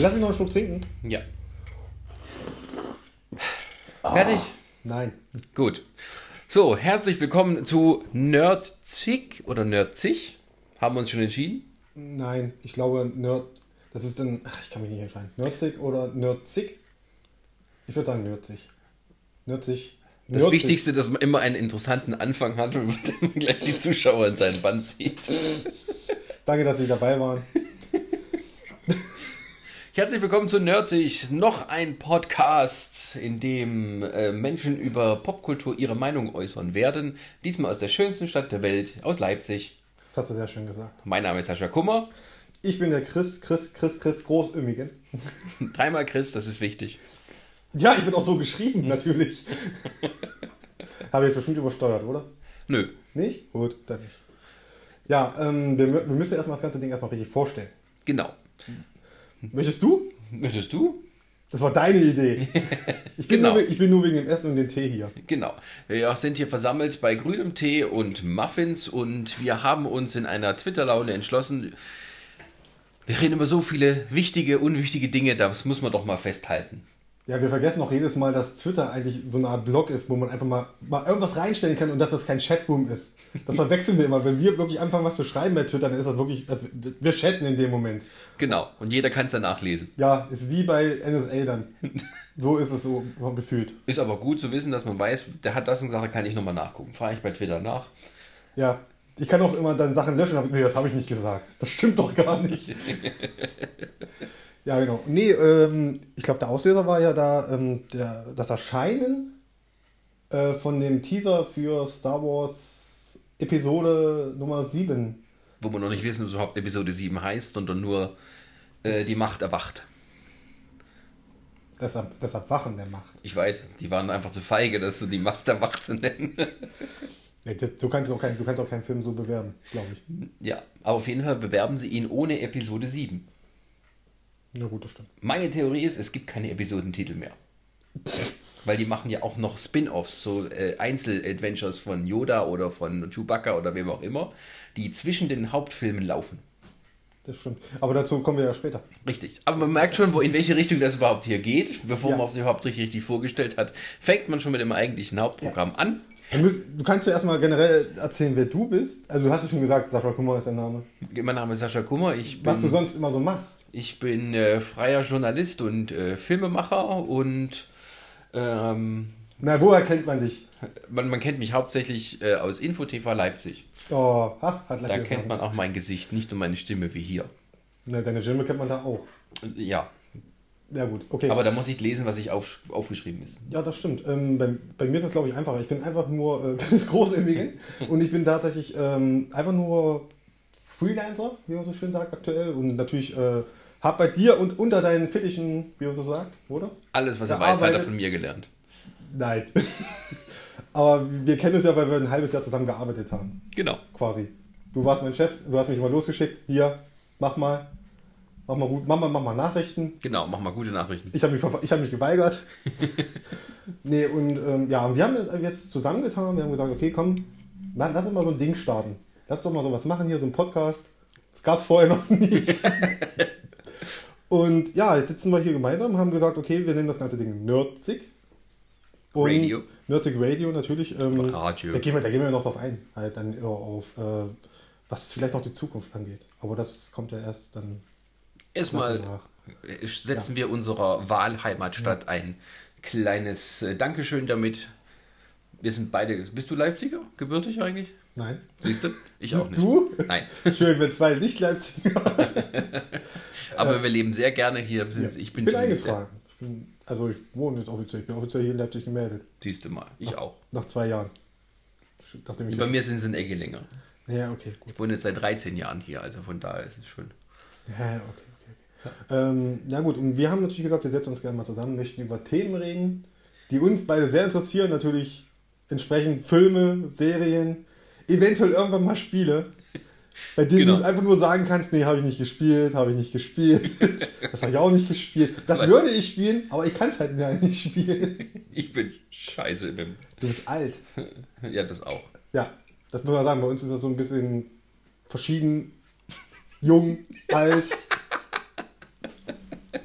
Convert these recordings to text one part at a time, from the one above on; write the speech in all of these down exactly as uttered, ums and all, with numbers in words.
lass mich noch einen Schluck trinken. Ja. Fertig? Nein. Gut. So, herzlich willkommen zu Nerdzig oder Nerdzig. Haben wir uns schon entschieden? Nein, ich glaube Nerd... Das ist dann... Ach, ich kann mich nicht entscheiden. Nerdzig oder Nerdzig? Ich würde sagen Nerdzig. Nerdzig. Das Nerdzig. Wichtigste, dass man immer einen interessanten Anfang hat, wenn man gleich die Zuschauer in seinen Band zieht. Danke, dass Sie dabei waren. Herzlich willkommen zu Nerdzig, noch ein Podcast, in dem äh, Menschen über Popkultur ihre Meinung äußern werden. Diesmal aus der schönsten Stadt der Welt, aus Leipzig. Das hast du sehr schön gesagt. Mein Name ist Sascha Kummer. Ich bin der Chris, Chris, Chris, Chris Großömmigen. Dreimal Chris, das ist wichtig. Ja, ich bin auch so geschrieben, natürlich. Habe ich jetzt bestimmt übersteuert, oder? Nö. Nicht? Gut, dann nicht. Ja, ähm, wir, wir müssen erstmal das ganze Ding erstmal richtig vorstellen. Genau. Möchtest du? Möchtest du? Das war deine Idee. Ich bin, Genau. nur, ich bin nur wegen dem Essen und dem Tee hier. Genau. Wir sind hier versammelt bei grünem Tee und Muffins und wir haben uns in einer Twitter-Laune entschlossen, wir reden über so viele wichtige, unwichtige Dinge, das muss man doch mal festhalten. Ja, wir vergessen auch jedes Mal, dass Twitter eigentlich so eine Art Blog ist, wo man einfach mal, mal irgendwas reinstellen kann und dass das kein Chatroom ist. Das verwechseln wir immer. Wenn wir wirklich anfangen, was zu schreiben bei Twitter, dann ist das wirklich, das, wir chatten in dem Moment. Genau. Und jeder kann es dann nachlesen. Ja, ist wie bei N S A dann. So ist es so gefühlt. Ist aber gut zu wissen, dass man weiß, der hat das und gesagt, da kann ich nochmal nachgucken. Frage ich bei Twitter nach. Ja, ich kann auch immer dann Sachen löschen, aber nee, das habe ich nicht gesagt. Das stimmt doch gar nicht. Ja, genau. Nee, ähm, ich glaube, der Auslöser war ja da ähm, der, das Erscheinen äh, von dem Teaser für Star Wars Episode Nummer sieben. Wo wir noch nicht wissen, was überhaupt Episode sieben heißt, sondern nur äh, die Macht erwacht. Das, Ab- das Abwachen der Macht. Ich weiß, die waren einfach zu feige, das so die Macht erwacht zu nennen. Nee, das, du, kannst auch kein, du kannst auch keinen Film so bewerben, glaube ich. Ja, aber auf jeden Fall bewerben sie ihn ohne Episode sieben. Na gut, das stimmt. Meine Theorie ist, es gibt keine Episodentitel mehr. Weil die machen ja auch noch Spin-Offs, so äh, Einzel-Adventures von Yoda oder von Chewbacca oder wem auch immer, die zwischen den Hauptfilmen laufen. Das stimmt. Aber dazu kommen wir ja später. Richtig. Aber man merkt schon, wo, in welche Richtung das überhaupt hier geht. Bevor Ja. man sich überhaupt richtig, richtig vorgestellt hat, fängt man schon mit dem eigentlichen Hauptprogramm an. Du, müsst, du kannst ja erstmal generell erzählen, wer du bist. Also du hast ja schon gesagt, Sascha Kummer ist dein Name. Mein Name ist Sascha Kummer. Ich bin, Was du sonst immer so machst. ich bin äh, freier Journalist und äh, Filmemacher und ähm, Na, woher kennt man dich? man, man kennt mich hauptsächlich äh, aus InfoTV Leipzig. Oh, ha, hat gleich Da wieder kennt man Namen. auch mein Gesicht, nicht nur meine Stimme wie hier. Na, deine Stimme kennt man da auch. Ja, Ja gut, okay. aber da muss ich lesen, was ich auf, aufgeschrieben ist. Ja, das stimmt. Ähm, bei, bei mir ist es, glaube ich, einfacher. Ich bin einfach nur äh, ganz großartig und ich bin tatsächlich ähm, einfach nur Freelancer, wie man so schön sagt, aktuell. Und natürlich äh, habe bei dir und unter deinen Fittichen, wie man so sagt, oder? Alles, was er Da weiß, hat er arbeitet- von mir gelernt. Nein. Aber wir kennen uns ja, weil wir ein halbes Jahr zusammen gearbeitet haben, Genau. quasi. Du warst mein Chef, du hast mich immer losgeschickt. Hier, mach mal. Mach mal gut, mach mal, mach mal Nachrichten. Genau, mach mal gute Nachrichten. Ich habe mich, verf- ich hab mich geweigert. Nee, und ähm, ja, wir haben jetzt zusammengetan, wir haben gesagt, okay, komm, la- lass uns mal so ein Ding starten. Lass doch mal sowas machen hier, so ein Podcast. Das gab es vorher noch nicht. Und ja, jetzt sitzen wir hier gemeinsam, haben gesagt, okay, wir nennen das ganze Ding Nerdzig. Und Radio. Nerdzig Radio natürlich. Ähm, Radio. Da gehen, wir, da gehen wir noch drauf ein, halt dann eher auf, äh, was vielleicht noch die Zukunft angeht. Aber das kommt ja erst dann Erstmal nach und nach. setzen wir unserer Wahlheimatstadt ein kleines äh, Dankeschön damit. Wir sind beide. Bist du Leipziger? Gebürtig eigentlich? Nein. Siehst du? Ich auch nicht. Du? Nein. Schön, wenn zwei nicht Leipziger. Aber wir leben sehr gerne hier. Sind, Ja, ich ich bin, bin zumindest eingetragen. Ich bin, also ich wohne jetzt offiziell. Ich bin offiziell hier in Leipzig gemeldet. Sehr, siehst du mal. Ich auch. Nach zwei Jahren. Nachdem ich Bei mir sind es in Ecke länger. Ja, okay, gut. Ich wohne jetzt seit dreizehn Jahren hier, also von daher ist es schön. Ja, okay, okay, okay. Ähm, ja gut, und wir haben natürlich gesagt, wir setzen uns gerne mal zusammen, möchten über Themen reden, die uns beide sehr interessieren. Natürlich entsprechend Filme, Serien, eventuell irgendwann mal Spiele, bei denen Genau. du einfach nur sagen kannst, nee, habe ich nicht gespielt, habe ich nicht gespielt, das habe ich auch nicht gespielt. Das Was? würde ich spielen, aber ich kann es halt gar nicht spielen. Ich bin scheiße im. Du bist alt. Ja, das auch. Ja, das muss man sagen. Bei uns ist das so ein bisschen verschieden. Jung, alt.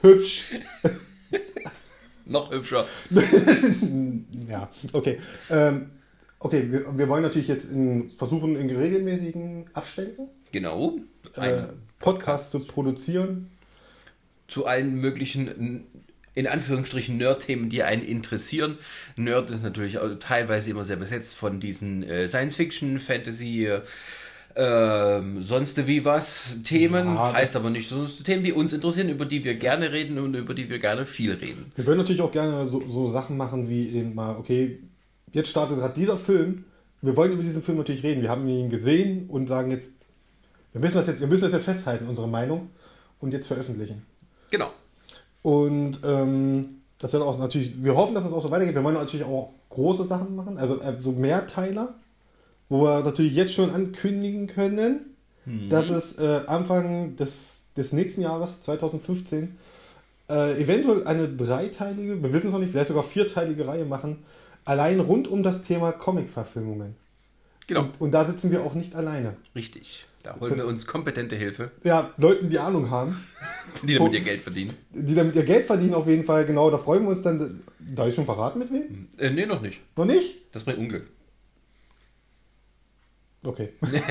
hübsch. Noch hübscher. Ja, okay. Ähm, okay, wir, wir wollen natürlich jetzt in, versuchen, in regelmäßigen Abständen Genau. äh, Podcasts zu produzieren. Zu allen möglichen, in Anführungsstrichen, Nerd-Themen, die einen interessieren. Nerd ist natürlich auch teilweise immer sehr besetzt von diesen äh, Science-Fiction, Fantasy, äh, ähm, sonst wie was Themen. Ja, heißt aber nicht sonst Themen, die uns interessieren, über die wir gerne reden und über die wir gerne viel reden. Wir würden natürlich auch gerne so, so Sachen machen wie eben mal, okay, jetzt startet gerade dieser Film. Wir wollen über diesen Film natürlich reden. Wir haben ihn gesehen und sagen jetzt, wir müssen das jetzt, wir müssen das jetzt festhalten, unsere Meinung, und jetzt veröffentlichen. Genau. Und ähm, das wird auch natürlich, wir hoffen, dass es auch so weitergeht. Wir wollen natürlich auch große Sachen machen, also äh, so Mehrteiler, wo wir natürlich jetzt schon ankündigen können, mhm. dass es äh, Anfang des, des nächsten Jahres, zwanzig fünfzehn, äh, eventuell eine dreiteilige, wir wissen es noch nicht, vielleicht sogar vierteilige Reihe machen, allein rund um das Thema Comic-Verfilmungen. Genau. Und, und da sitzen wir auch nicht alleine. Richtig. Da holen wir uns kompetente Hilfe. Ja, Leuten, die Ahnung haben. Die damit ihr Geld verdienen. Die damit ihr Geld verdienen auf jeden Fall, genau. Da freuen wir uns dann. Darf ich schon verraten, mit wem? Äh, nee, noch nicht. Noch nicht? Das bringt Unglück. Okay.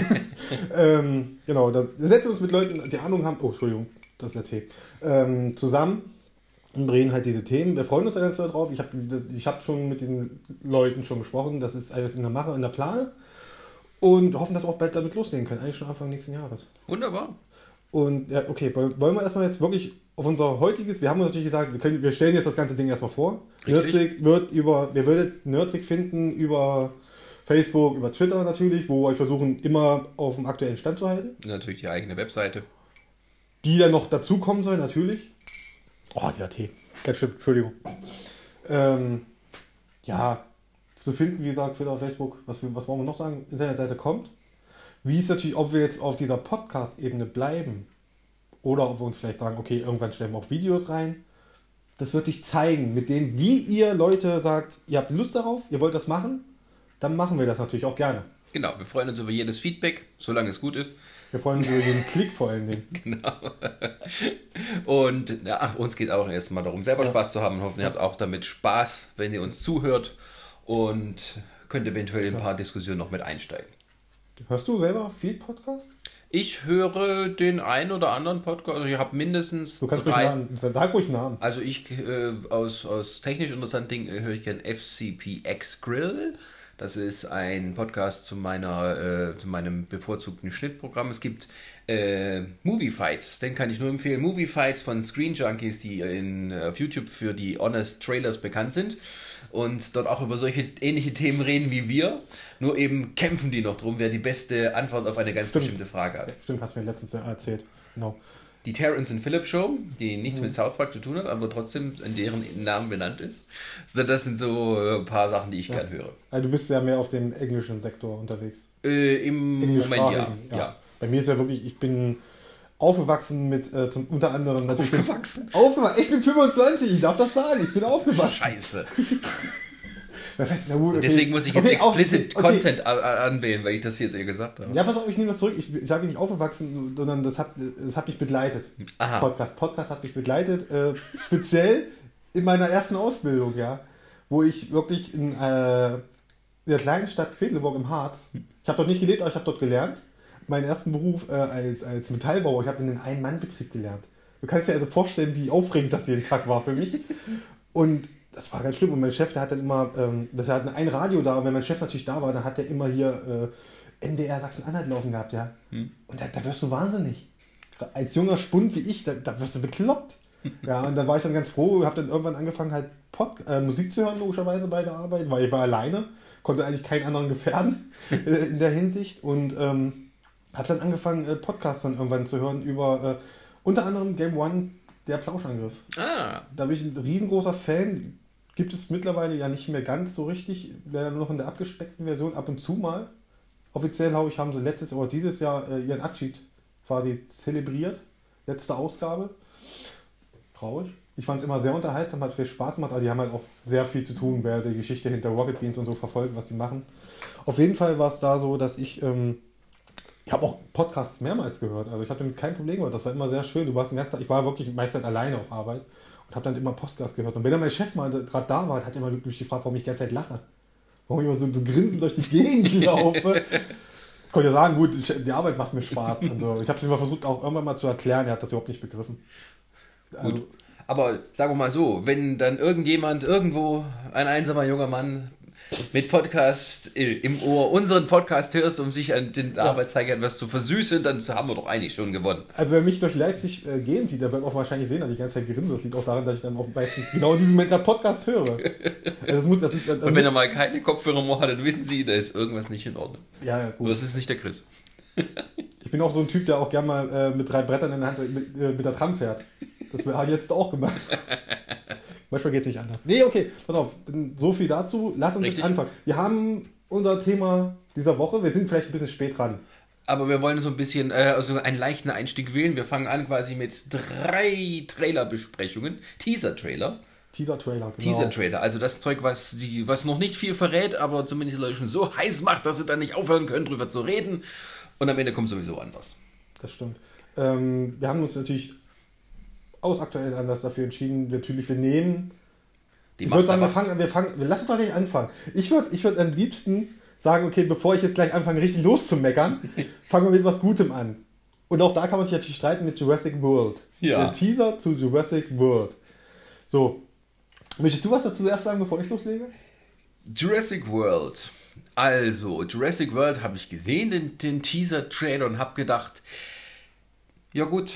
ähm, genau, das, wir setzen uns mit Leuten, die Ahnung haben. Oh, Entschuldigung, das ist der Tee. Ähm, zusammen und reden halt diese Themen. Wir freuen uns da ganz doll drauf. Ich habe ich hab schon mit den Leuten schon gesprochen. Das ist alles in der Mache, in der Plane. Und hoffen, dass wir auch bald damit loslegen können. Eigentlich schon Anfang nächsten Jahres. Wunderbar. Und ja, okay, wollen wir erstmal jetzt wirklich auf unser heutiges, wir haben uns natürlich gesagt, wir, können, wir stellen jetzt das ganze Ding erstmal vor. Nerdsig wird über, wir würdet Nerdsig finden über Facebook, über Twitter natürlich, wo wir versuchen, immer auf dem aktuellen Stand zu halten. Natürlich die eigene Webseite. Die dann noch dazukommen soll, natürlich. Oh, der Tee. Ganz schön, Entschuldigung. Ähm, ja, zu finden, wie gesagt, Twitter, Facebook, was, was wollen wir noch sagen? Internetseite kommt. Wie ist natürlich, ob wir jetzt auf dieser Podcast-Ebene bleiben oder ob wir uns vielleicht sagen, okay, irgendwann stellen wir auch Videos rein. Das wird sich zeigen, mit dem, wie ihr Leute sagt, ihr habt Lust darauf, ihr wollt das machen, dann machen wir das natürlich auch gerne. Genau, wir freuen uns über jedes Feedback, solange es gut ist. Wir freuen uns über jeden Klick vor allen Dingen. Genau. Und ach, uns geht auch erstmal darum, selber ja. Spaß zu haben und hoffen, ihr habt auch damit Spaß, wenn ihr uns zuhört und könnt eventuell in ein paar Diskussionen noch mit einsteigen. Hörst du selber viel Podcast? Ich höre den einen oder anderen Podcast, also ich habe mindestens du kannst drei. Namen, sag ruhig Namen. Also ich, äh, aus, aus technisch interessanten Dingen äh, höre ich gerne F C P X Grill. Das ist ein Podcast zu meiner, äh, zu meinem bevorzugten Schnittprogramm. Es gibt äh, Movie Fights, den kann ich nur empfehlen. Movie Fights von Screen Junkies, die in, auf YouTube für die Honest Trailers bekannt sind. Und dort auch über solche ähnliche Themen reden wie wir. Nur eben kämpfen die noch drum, wer die beste Antwort auf eine ganz Stimmt. bestimmte Frage hat. Stimmt, hast du mir letztens erzählt. Genau. Die Terrence and Phillips Show, die nichts mhm. mit South Park zu tun hat, aber trotzdem in deren Namen benannt ist. So, das sind so ein paar Sachen, die ich ja. gern höre. Also du bist ja mehr auf dem englischen Sektor unterwegs. Äh, Im Moment ja. ja. ja. Bei mir ist ja wirklich, ich bin aufgewachsen mit, äh, zum, unter anderem natürlich... Aufgewachsen? Bin, aufgewachsen? Ich bin fünfundzwanzig, ich darf das sagen, ich bin aufgewachsen. Scheiße. Das heißt, na gut, okay. Deswegen muss ich jetzt okay, explicit auf, okay. Content anwählen, weil ich das hier jetzt eher gesagt habe. Ja, pass auf, ich nehme das zurück. Ich, ich sage nicht aufgewachsen, sondern das hat, das hat mich begleitet. Aha. Podcast. Podcast hat mich begleitet, äh, speziell in meiner ersten Ausbildung, ja, wo ich wirklich in, äh, in der kleinen Stadt Quedlinburg im Harz, ich habe dort nicht gelebt, aber ich habe dort gelernt, meinen ersten Beruf äh, als, als Metallbauer, ich habe in einem Ein-Mann-Betrieb gelernt. Du kannst dir also vorstellen, wie aufregend das jeden Tag war für mich. Und das war ganz schlimm. Und mein Chef, der hat dann immer, ähm, das hat ein Radio da, und wenn mein Chef natürlich da war, dann hat der immer hier äh, M D R Sachsen-Anhalt laufen gehabt, ja. Hm. Und da, da wirst du wahnsinnig. Als junger Spund wie ich, da, da wirst du bekloppt. Ja, und dann war ich dann ganz froh, habe dann irgendwann angefangen, halt Pod, äh, Musik zu hören, logischerweise bei der Arbeit, weil ich war alleine, konnte eigentlich keinen anderen gefährden äh, in der Hinsicht. Und ähm, habe dann angefangen, äh, Podcasts dann irgendwann zu hören über äh, unter anderem Game One, der Plauschangriff. Ah. Da bin ich ein riesengroßer Fan. Gibt es mittlerweile ja nicht mehr ganz so richtig, leider nur noch in der abgespeckten Version, ab und zu mal. Offiziell, glaube ich, haben sie letztes oder dieses Jahr äh, ihren Abschied quasi zelebriert. Letzte Ausgabe. Traurig. Ich fand es immer sehr unterhaltsam, hat viel Spaß gemacht, aber die haben halt auch sehr viel zu tun, wer die Geschichte hinter Rocket Beans und so verfolgt, was die machen. Auf jeden Fall war es da so, dass ich ähm, Ich habe auch Podcasts mehrmals gehört. Also ich habe damit kein Problem gehabt. Das war immer sehr schön. Du warst den ganzen Tag, ich war wirklich meistens alleine auf Arbeit und habe dann immer Podcasts gehört. Und wenn dann mein Chef mal gerade da war, hat er immer mich gefragt, warum ich die ganze Zeit lache. Warum ich immer so, so grinsend durch die Gegend laufe. Ich konnte ja sagen, gut, die Arbeit macht mir Spaß. Also ich habe es ihm mal versucht, auch irgendwann mal zu erklären. Er hat das überhaupt nicht begriffen. Also, gut. Aber sagen wir mal so, wenn dann irgendjemand irgendwo, ein einsamer junger Mann mit Podcast im Ohr unseren Podcast hörst, um sich an den ja. Arbeitstag etwas zu versüßen, dann haben wir doch eigentlich schon gewonnen. Also wer mich durch Leipzig äh, gehen sieht, der wird auch wahrscheinlich sehen, dass ich die ganze Zeit grinse. Das liegt auch daran, dass ich dann auch meistens genau in diesem Moment gerade Podcast höre. Also das muss, das ist, das Und wenn er mal keine Kopfhörer mehr hat, dann wissen Sie, da ist irgendwas nicht in Ordnung. Ja, ja, gut. Aber das ist nicht der Chris. Ich bin auch so ein Typ, der auch gerne mal äh, mit drei Brettern in der Hand mit, äh, mit der Tram fährt. Das habe ich jetzt auch gemacht. Manchmal geht es nicht anders. Nee, okay, pass auf, so viel dazu. Lass uns jetzt anfangen. Wir haben unser Thema dieser Woche. Wir sind vielleicht ein bisschen spät dran. Aber wir wollen so ein bisschen, äh, also einen leichten Einstieg wählen. Wir fangen an quasi mit drei Trailer-Besprechungen. Teaser-Trailer. Teaser-Trailer, genau. Teaser-Trailer, also das Zeug, was, die, was noch nicht viel verrät, aber zumindest die Leute schon so heiß macht, dass sie dann nicht aufhören können, drüber zu reden. Und am Ende kommt sowieso anders. Das stimmt. Ähm, wir haben uns natürlich aus aktuellen Anlass dafür entschieden, natürlich, wir nehmen. Die ich würde sagen, wir fangen, wir fangen, wir lassen doch nicht anfangen. Ich würde ich würd am liebsten sagen, okay, bevor ich jetzt gleich anfange, richtig loszumeckern, fangen wir mit was Gutem an. Und auch da kann man sich natürlich streiten mit Jurassic World. Ja. Der Teaser zu Jurassic World. So. Möchtest du was dazu erst sagen, bevor ich loslege? Jurassic World. Also, Jurassic World habe ich gesehen, den, den Teaser-Trailer, und habe gedacht, ja gut,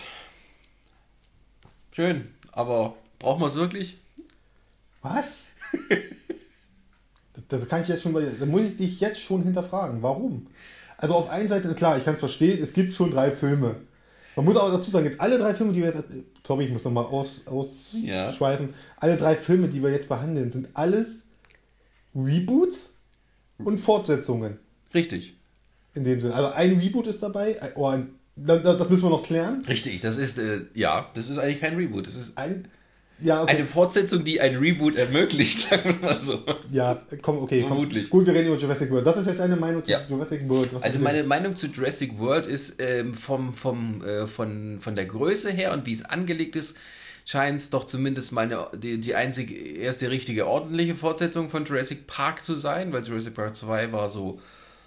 schön, aber brauchen wir es wirklich? Was? das, das kann ich jetzt schon, da muss ich dich jetzt schon hinterfragen. Warum? Also auf einer Seite, klar, ich kann es verstehen, es gibt schon drei Filme. Man muss aber dazu sagen, jetzt alle drei Filme, die wir jetzt, sorry, ich muss nochmal aus, ausschweifen, ja. alle drei Filme, die wir jetzt behandeln, sind alles Reboots und Fortsetzungen. Richtig. In dem Sinne. Also ein Reboot ist dabei, oh, ein, das müssen wir noch klären. Richtig, das ist, äh, ja, das ist eigentlich kein Reboot, das ist ein, ja, okay. eine Fortsetzung, die ein Reboot ermöglicht, sagen wir es mal so. Ja, komm, okay, komm. Vermutlich. Gut, wir reden über Jurassic World. Das ist jetzt eine Meinung zu ja. Jurassic World. Was also meine Meinung zu Jurassic World ist ähm, vom, vom, äh, von, von der Größe her und wie es angelegt ist, scheint es doch zumindest meine, die, die einzige, erste richtige ordentliche Fortsetzung von Jurassic Park zu sein, weil Jurassic Park zwei war so,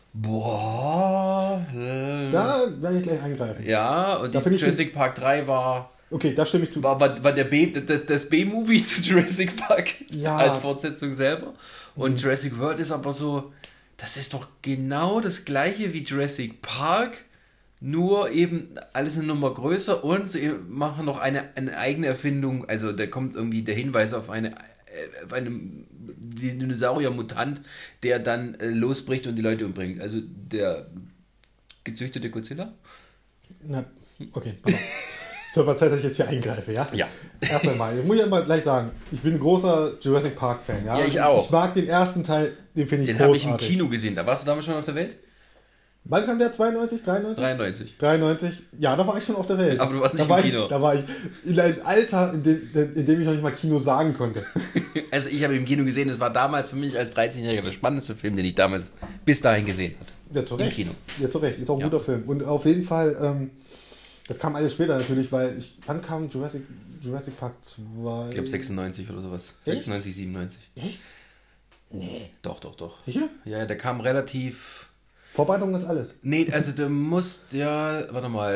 boah. Äh, da werde ich gleich eingreifen. Ja, und die Jurassic Park drei war... Okay, da stimme ich zu. War, war, war der B, das, das B-Movie zu Jurassic Park ja. als Fortsetzung selber. Und mhm. Jurassic World ist aber so, das ist doch genau das gleiche wie Jurassic Park, nur eben alles eine Nummer größer, und sie machen noch eine, eine eigene Erfindung. Also da kommt irgendwie der Hinweis auf eine, auf einen Dinosaurier-Mutant, der dann äh, losbricht und die Leute umbringt. Also der gezüchtete Godzilla? Na, okay, pardon. Es wird mal Zeit, dass ich jetzt hier eingreife, ja? Ja. Erst einmal, ich muss ja mal gleich sagen, ich bin ein großer Jurassic Park-Fan, ja? Ja, ich auch. Ich mag den ersten Teil, den finde ich den großartig. Den habe ich im Kino gesehen, da warst du damals schon auf der Welt? Wann kam der? zweiundneunzig, dreiundneunzig? dreiundneunzig. dreiundneunzig, ja, da war ich schon auf der Welt. Aber du warst nicht da im Kino. Ich, da war ich in einem Alter, in dem, in dem ich noch nicht mal Kino sagen konnte. Also ich habe im Kino gesehen, das war damals für mich als dreizehnjähriger der spannendste Film, den ich damals bis dahin gesehen hatte. Ja, zu Recht. Im Kino. Ja, zu Recht. Ist auch ein ja. guter Film. Und auf jeden Fall, ähm, das kam alles später natürlich, weil ich, wann kam Jurassic, Jurassic Park zwei? Ich glaube sechsundneunzig oder sowas. Echt? sechsundneunzig, siebenundneunzig. Echt? Nee. Doch, doch, doch. Sicher? Ja, der kam relativ... Vorbereitung ist alles. Nee, also du musst ja, warte mal,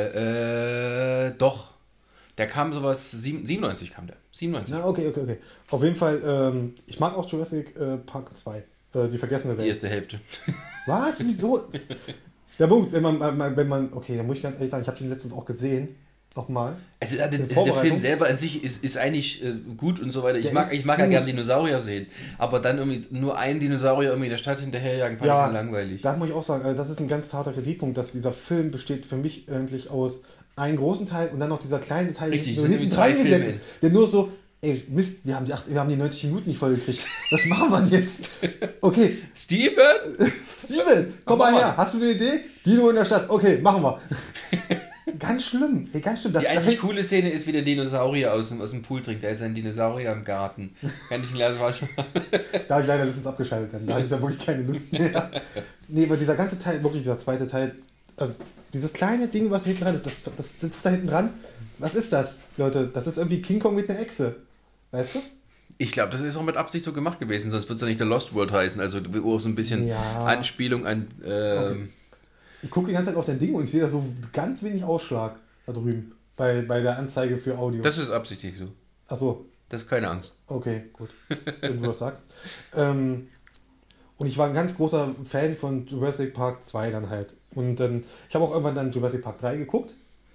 äh, doch. Der kam sowas, siebenundneunzig kam der. siebenundneunzig. Na, okay, okay, okay. Auf jeden Fall, ähm, ich mag auch Jurassic äh, Park zwei. Äh, die vergessene Welt. Die erste Hälfte. Was? Wieso? Der Punkt, wenn man, wenn man, okay, da muss ich ganz ehrlich sagen, ich habe den letztens auch gesehen. Nochmal. Also, der, also der Film selber an sich ist, ist eigentlich äh, gut und so weiter. Ich der mag, ich mag ja gerne Dinosaurier sehen. Aber dann irgendwie nur einen Dinosaurier irgendwie in der Stadt hinterherjagen, fand ja, ich langweilig. Da muss ich auch sagen, also das ist ein ganz harter Kritikpunkt, dass dieser Film besteht für mich eigentlich aus einem großen Teil und dann noch dieser kleine Teil, Richtig, der hinten dran gesetzt ist, der nur so, ey, Mist, wir haben die, acht, wir haben die neunzig Minuten nicht voll gekriegt. Was machen wir jetzt? Okay. Steven? Steven, komm mal her. Hast du eine Idee? Dino in der Stadt. Okay, machen wir. Ganz schlimm. Hey, ganz schlimm. Das, die einzig das coole Szene ist, wie der Dinosaurier aus dem, aus dem Pool trinkt. Da ist ein Dinosaurier im Garten. Kann ich ein Glas Wasser? Da habe ich leider letztens abgeschaltet. Dann. Da hatte ich da wirklich keine Lust mehr. Nee, aber dieser ganze Teil, wirklich dieser zweite Teil, Also, dieses kleine Ding, was hinten dran ist, das, das sitzt da hinten dran. Was ist das, Leute? Das ist irgendwie King Kong mit einer Echse. Weißt du? Ich glaube, das ist auch mit Absicht so gemacht gewesen, sonst wird es ja nicht der Lost World heißen. Also auch so ein bisschen Ja. Anspielung an... Ähm, Okay. Ich gucke die ganze Zeit auf dein Ding und ich sehe da so ganz wenig Ausschlag da drüben. Bei, bei der Anzeige für Audio. Das ist absichtlich so. Ach so. Das ist keine Angst. Okay, gut. Wenn du das sagst. Ähm, und ich war ein ganz großer Fan von Jurassic Park zwei dann halt. Und dann, ich habe auch irgendwann dann Jurassic Park drei geguckt.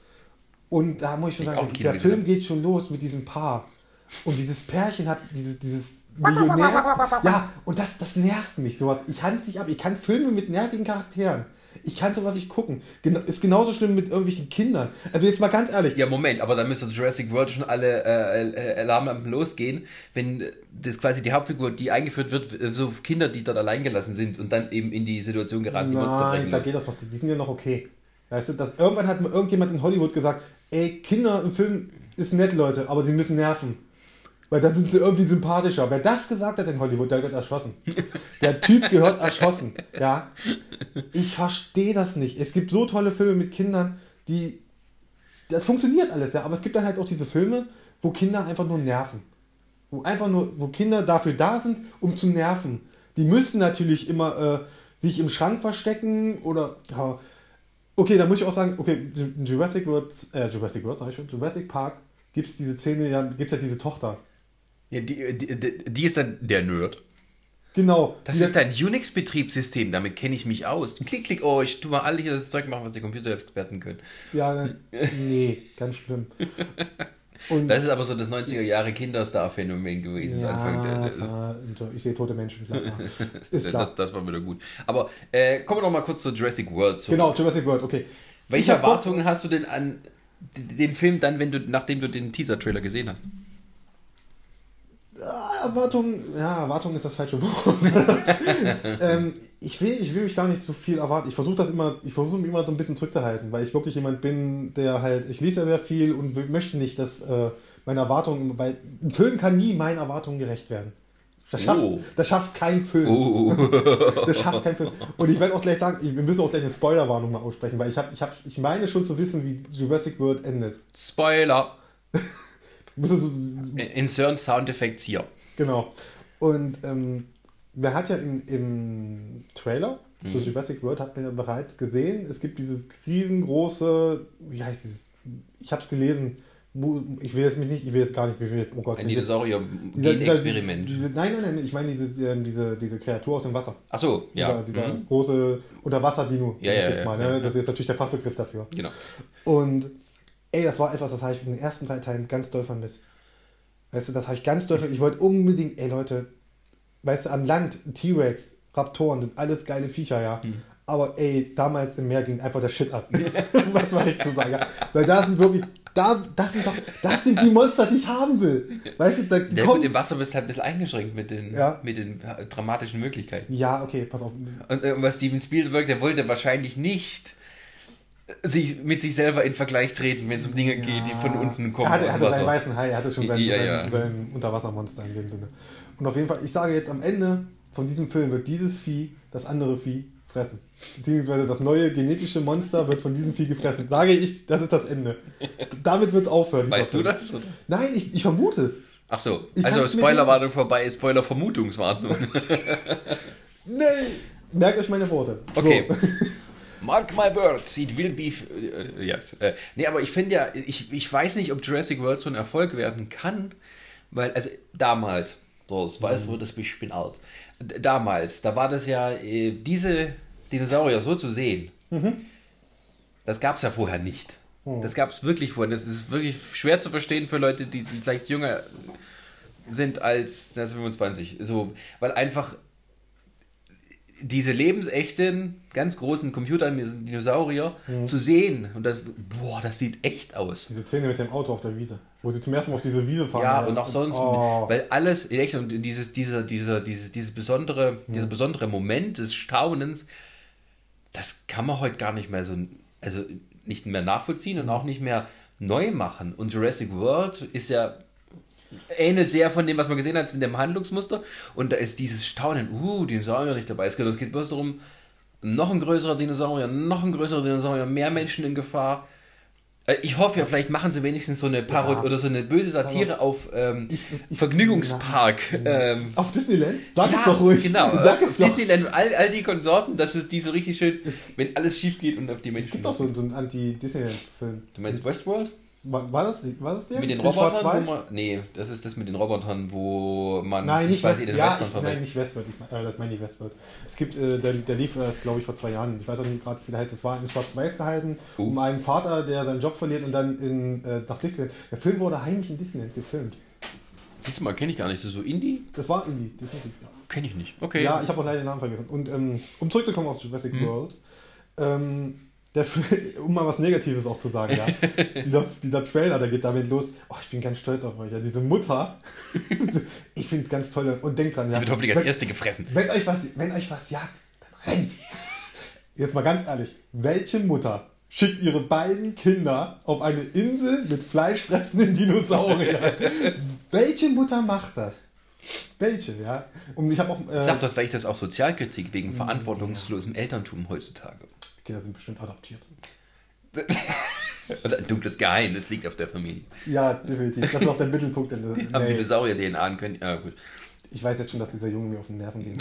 Und da muss ich schon Ich auch sagen, ein Kind der gesehen. Film geht schon los mit diesem Paar. Und dieses Pärchen hat dieses, dieses Millionär. Ja, und das, das nervt mich sowas. Ich halte es nicht ab. Ich kann Filme mit nervigen Charakteren. Ich kann sowas nicht gucken. Gena- ist genauso schlimm mit irgendwelchen Kindern. Also jetzt mal ganz ehrlich. Ja, Moment, aber dann müsste Jurassic World schon alle äh, äh, Alarmlampen losgehen, wenn das quasi die Hauptfigur, die eingeführt wird, äh, so Kinder, die dort allein gelassen sind und dann eben in die Situation geraten, die Monster Nein, brechen da muss. geht das noch. Die sind ja noch okay. Weißt du, das, irgendwann hat mal irgendjemand in Hollywood gesagt, ey, Kinder im Film ist nett, Leute, aber sie müssen nerven. Weil dann sind sie irgendwie sympathischer. Wer das gesagt hat in Hollywood, der gehört erschossen. Der Typ gehört erschossen. Ja. Ich verstehe das nicht. Es gibt so tolle Filme mit Kindern, die... Das funktioniert alles, ja. Aber es gibt dann halt auch diese Filme, wo Kinder einfach nur nerven. Wo einfach nur, wo Kinder dafür da sind, um zu nerven. Die müssen natürlich immer äh, sich im Schrank verstecken oder... Ja. Okay, da muss ich auch sagen, okay, in Jurassic World, äh, Jurassic World, sag ich schon, Jurassic Park gibt es diese Szene, ja, gibt es ja diese Tochter. Ja, die, die, die, die ist dann der Nerd. Genau. Das die ist ein Unix-Betriebssystem, damit kenne ich mich aus. Klick, klick, oh, ich tu mal alle hier das Zeug machen, was die Computerexperten können. Ja, nee, ganz schlimm. Und Das ist aber so das neunziger Jahre Kinderstar-Phänomen gewesen. ja, Anfang der, klar, und so, ich sehe tote Menschen, klar. Ja. Ist klar. das, das war wieder gut. Aber äh, kommen wir noch mal kurz zu Jurassic World zurück. Genau, Jurassic World, okay. Welche Ich hab Bock- Erwartungen hast du denn an den Film dann, wenn du, nachdem du den Teaser-Trailer gesehen hast? Ah, Erwartung, ja, Erwartung ist das falsche Wort. ähm, ich, will, ich will mich gar nicht so viel erwarten. Ich versuche das immer, ich versuche mich immer so ein bisschen zurückzuhalten, weil ich wirklich jemand bin, der halt, ich lese ja sehr viel und will- möchte nicht, dass äh, meine Erwartungen, weil ein Film kann nie meinen Erwartungen gerecht werden. Das schafft, Oh. das schafft kein Film. Oh. Das schafft kein Film. Und ich werde auch gleich sagen, ich, wir müssen auch gleich eine Spoilerwarnung mal aussprechen, weil ich, hab, ich, hab, ich meine schon zu wissen, wie Jurassic World endet. Spoiler. Muss so, Insert Soundeffekts hier. genau. Und ähm, wer hat ja im, im Trailer Mhm. zu Jurassic World, hat man ja bereits gesehen, es gibt dieses riesengroße, wie heißt dieses, ich habe es gelesen, Mu- ich will jetzt mich nicht, ich will jetzt gar nicht, ich will jetzt, oh Gott. Ein dieser- Dinosaurier-Genexperiment. Diese, nein, nein, nein, ich meine diese, ähm, diese, diese Kreatur aus dem Wasser. Achso, ja. Dieser, dieser Mhm. große Unterwasser-Dino, Ja, sag ich ja, jetzt ja, mal, ja, ne? ja. Das ist jetzt natürlich der Fachbegriff dafür. Genau. Und ey, das war etwas, das habe ich in den ersten drei Teilen ganz doll vermisst. Weißt du, das habe ich ganz doll vermisst. Ich wollte unbedingt, ey Leute, weißt du, am Land, T-Rex, Raptoren, sind alles geile Viecher, ja. Hm. Aber ey, damals im Meer ging einfach der Shit ab. Was soll ich zu sagen? Ja? Weil da sind wirklich, da, das sind doch, das sind die Monster, die ich haben will. Weißt du, da die Ja, gut, kommen. im Wasser bist du halt ein bisschen eingeschränkt mit den, Ja. mit den äh, dramatischen Möglichkeiten. Ja, okay, pass auf. Und äh, was Steven Spielberg, der wollte wahrscheinlich nicht sich, mit sich selber in Vergleich treten, wenn es um Dinge geht, die von unten kommen. Er hatte, aus er dem hatte seinen Wasser. weißen Hai, er hatte schon sein, Ja, sein, ja. sein Unterwassermonster in dem Sinne. Und auf jeden Fall, ich sage jetzt am Ende von diesem Film wird dieses Vieh das andere Vieh fressen. Beziehungsweise das neue genetische Monster wird von diesem Vieh gefressen. Sage ich, das ist das Ende. Damit wird es aufhören. dieser Weißt du Film. das? Oder? Nein, ich, ich vermute es. Ach so, Ich also kann's mir Spoilerwarnung vorbei, Spoiler-Vermutungswarnung. Nee, merkt euch meine Worte. Okay. So. Mark my words, it will be... Äh, yes. Äh, nee, aber ich finde ja, ich, ich weiß nicht, ob Jurassic World so ein Erfolg werden kann, weil, also damals, so, das weiß, wo das ich bin alt, D- damals, da war das ja, äh, diese Dinosaurier so zu sehen, das gab es ja vorher nicht. Das gab es wirklich vorher. Das ist wirklich schwer zu verstehen für Leute, die vielleicht jünger sind als fünfundzwanzig. So, weil einfach diese lebensechten, ganz großen computeranimierten Dinosaurier zu sehen und das, boah, das sieht echt aus. Diese Szene mit dem Auto auf der Wiese, wo sie zum ersten Mal auf diese Wiese fahren. Ja, und auch sonst, Oh. weil alles, echt, und dieses, dieser, dieser, dieses, dieses besondere, dieser besondere Moment des Staunens, das kann man heute gar nicht mehr so, also nicht mehr nachvollziehen und auch nicht mehr neu machen. Und Jurassic World ist ja, ähnelt sehr von dem, was man gesehen hat, mit dem Handlungsmuster. Und da ist dieses Staunen, uh, Dinosaurier nicht dabei. Es geht bloß darum, noch ein größerer Dinosaurier, noch ein größerer Dinosaurier, mehr Menschen in Gefahr. Ich hoffe ja, vielleicht machen sie wenigstens so eine Parodie ja. oder so eine böse Satire auf ähm, ich, ich, Vergnügungspark. Na, ähm, auf Disneyland? Sag ja, es doch ruhig. Genau, Sag es auf doch. Disneyland, all, all die Konsorten, dass es die so richtig schön, es, wenn alles schief geht und auf die Menschen. Es gibt auch so, so einen Anti-Disneyland-Film. Du meinst Westworld? War, war, das, war das der? Mit den Robotern? Wo man, nee, das ist das mit den Robotern, wo man nein, nicht quasi in den ja, Western verwechselt. Nein, nicht Westworld, ich, äh, das meine ich Westworld. Es gibt, äh, der, der lief erst, glaube ich, vor zwei Jahren. Ich weiß auch nicht gerade, wie der heißt. Es war in Schwarz-Weiß gehalten, uh. um einen Vater, der seinen Job verliert und dann in, äh, nach Disneyland. Der Film wurde heimlich in Disneyland gefilmt. Siehst du mal, kenne ich gar nicht. Ist das so Indie? Das war Indie, definitiv, ja. Kenne ich nicht, okay. Ja, ich habe auch leider den Namen vergessen. Und ähm, um zurückzukommen auf Jurassic hm. World, ähm, Der, um mal was Negatives auch zu sagen, ja. dieser, dieser Trailer, der geht damit los. Oh, ich bin ganz stolz auf euch. Ja. Diese Mutter, ich finde es ganz toll. Und denkt dran, ja. Die wird hoffentlich als wenn, Erste gefressen. Wenn euch, was, wenn euch was jagt, dann rennt. Jetzt mal ganz ehrlich, welche Mutter schickt ihre beiden Kinder auf eine Insel mit fleischfressenden Dinosauriern? Welche Mutter macht das? Welche, ja? Und ich habe auch. Äh, ich sag das vielleicht das auch Sozialkritik wegen verantwortungslosem ja. Elterntum heutzutage. Die Kinder sind bestimmt adoptiert. Oder ein dunkles Geheimnis liegt auf der Familie. Ja, definitiv. Das ist auch der Mittelpunkt. Der, die haben nee. Dinosaurier-D N A und können. Ja, gut. Ich weiß jetzt schon, dass dieser Junge mir auf den Nerven geht.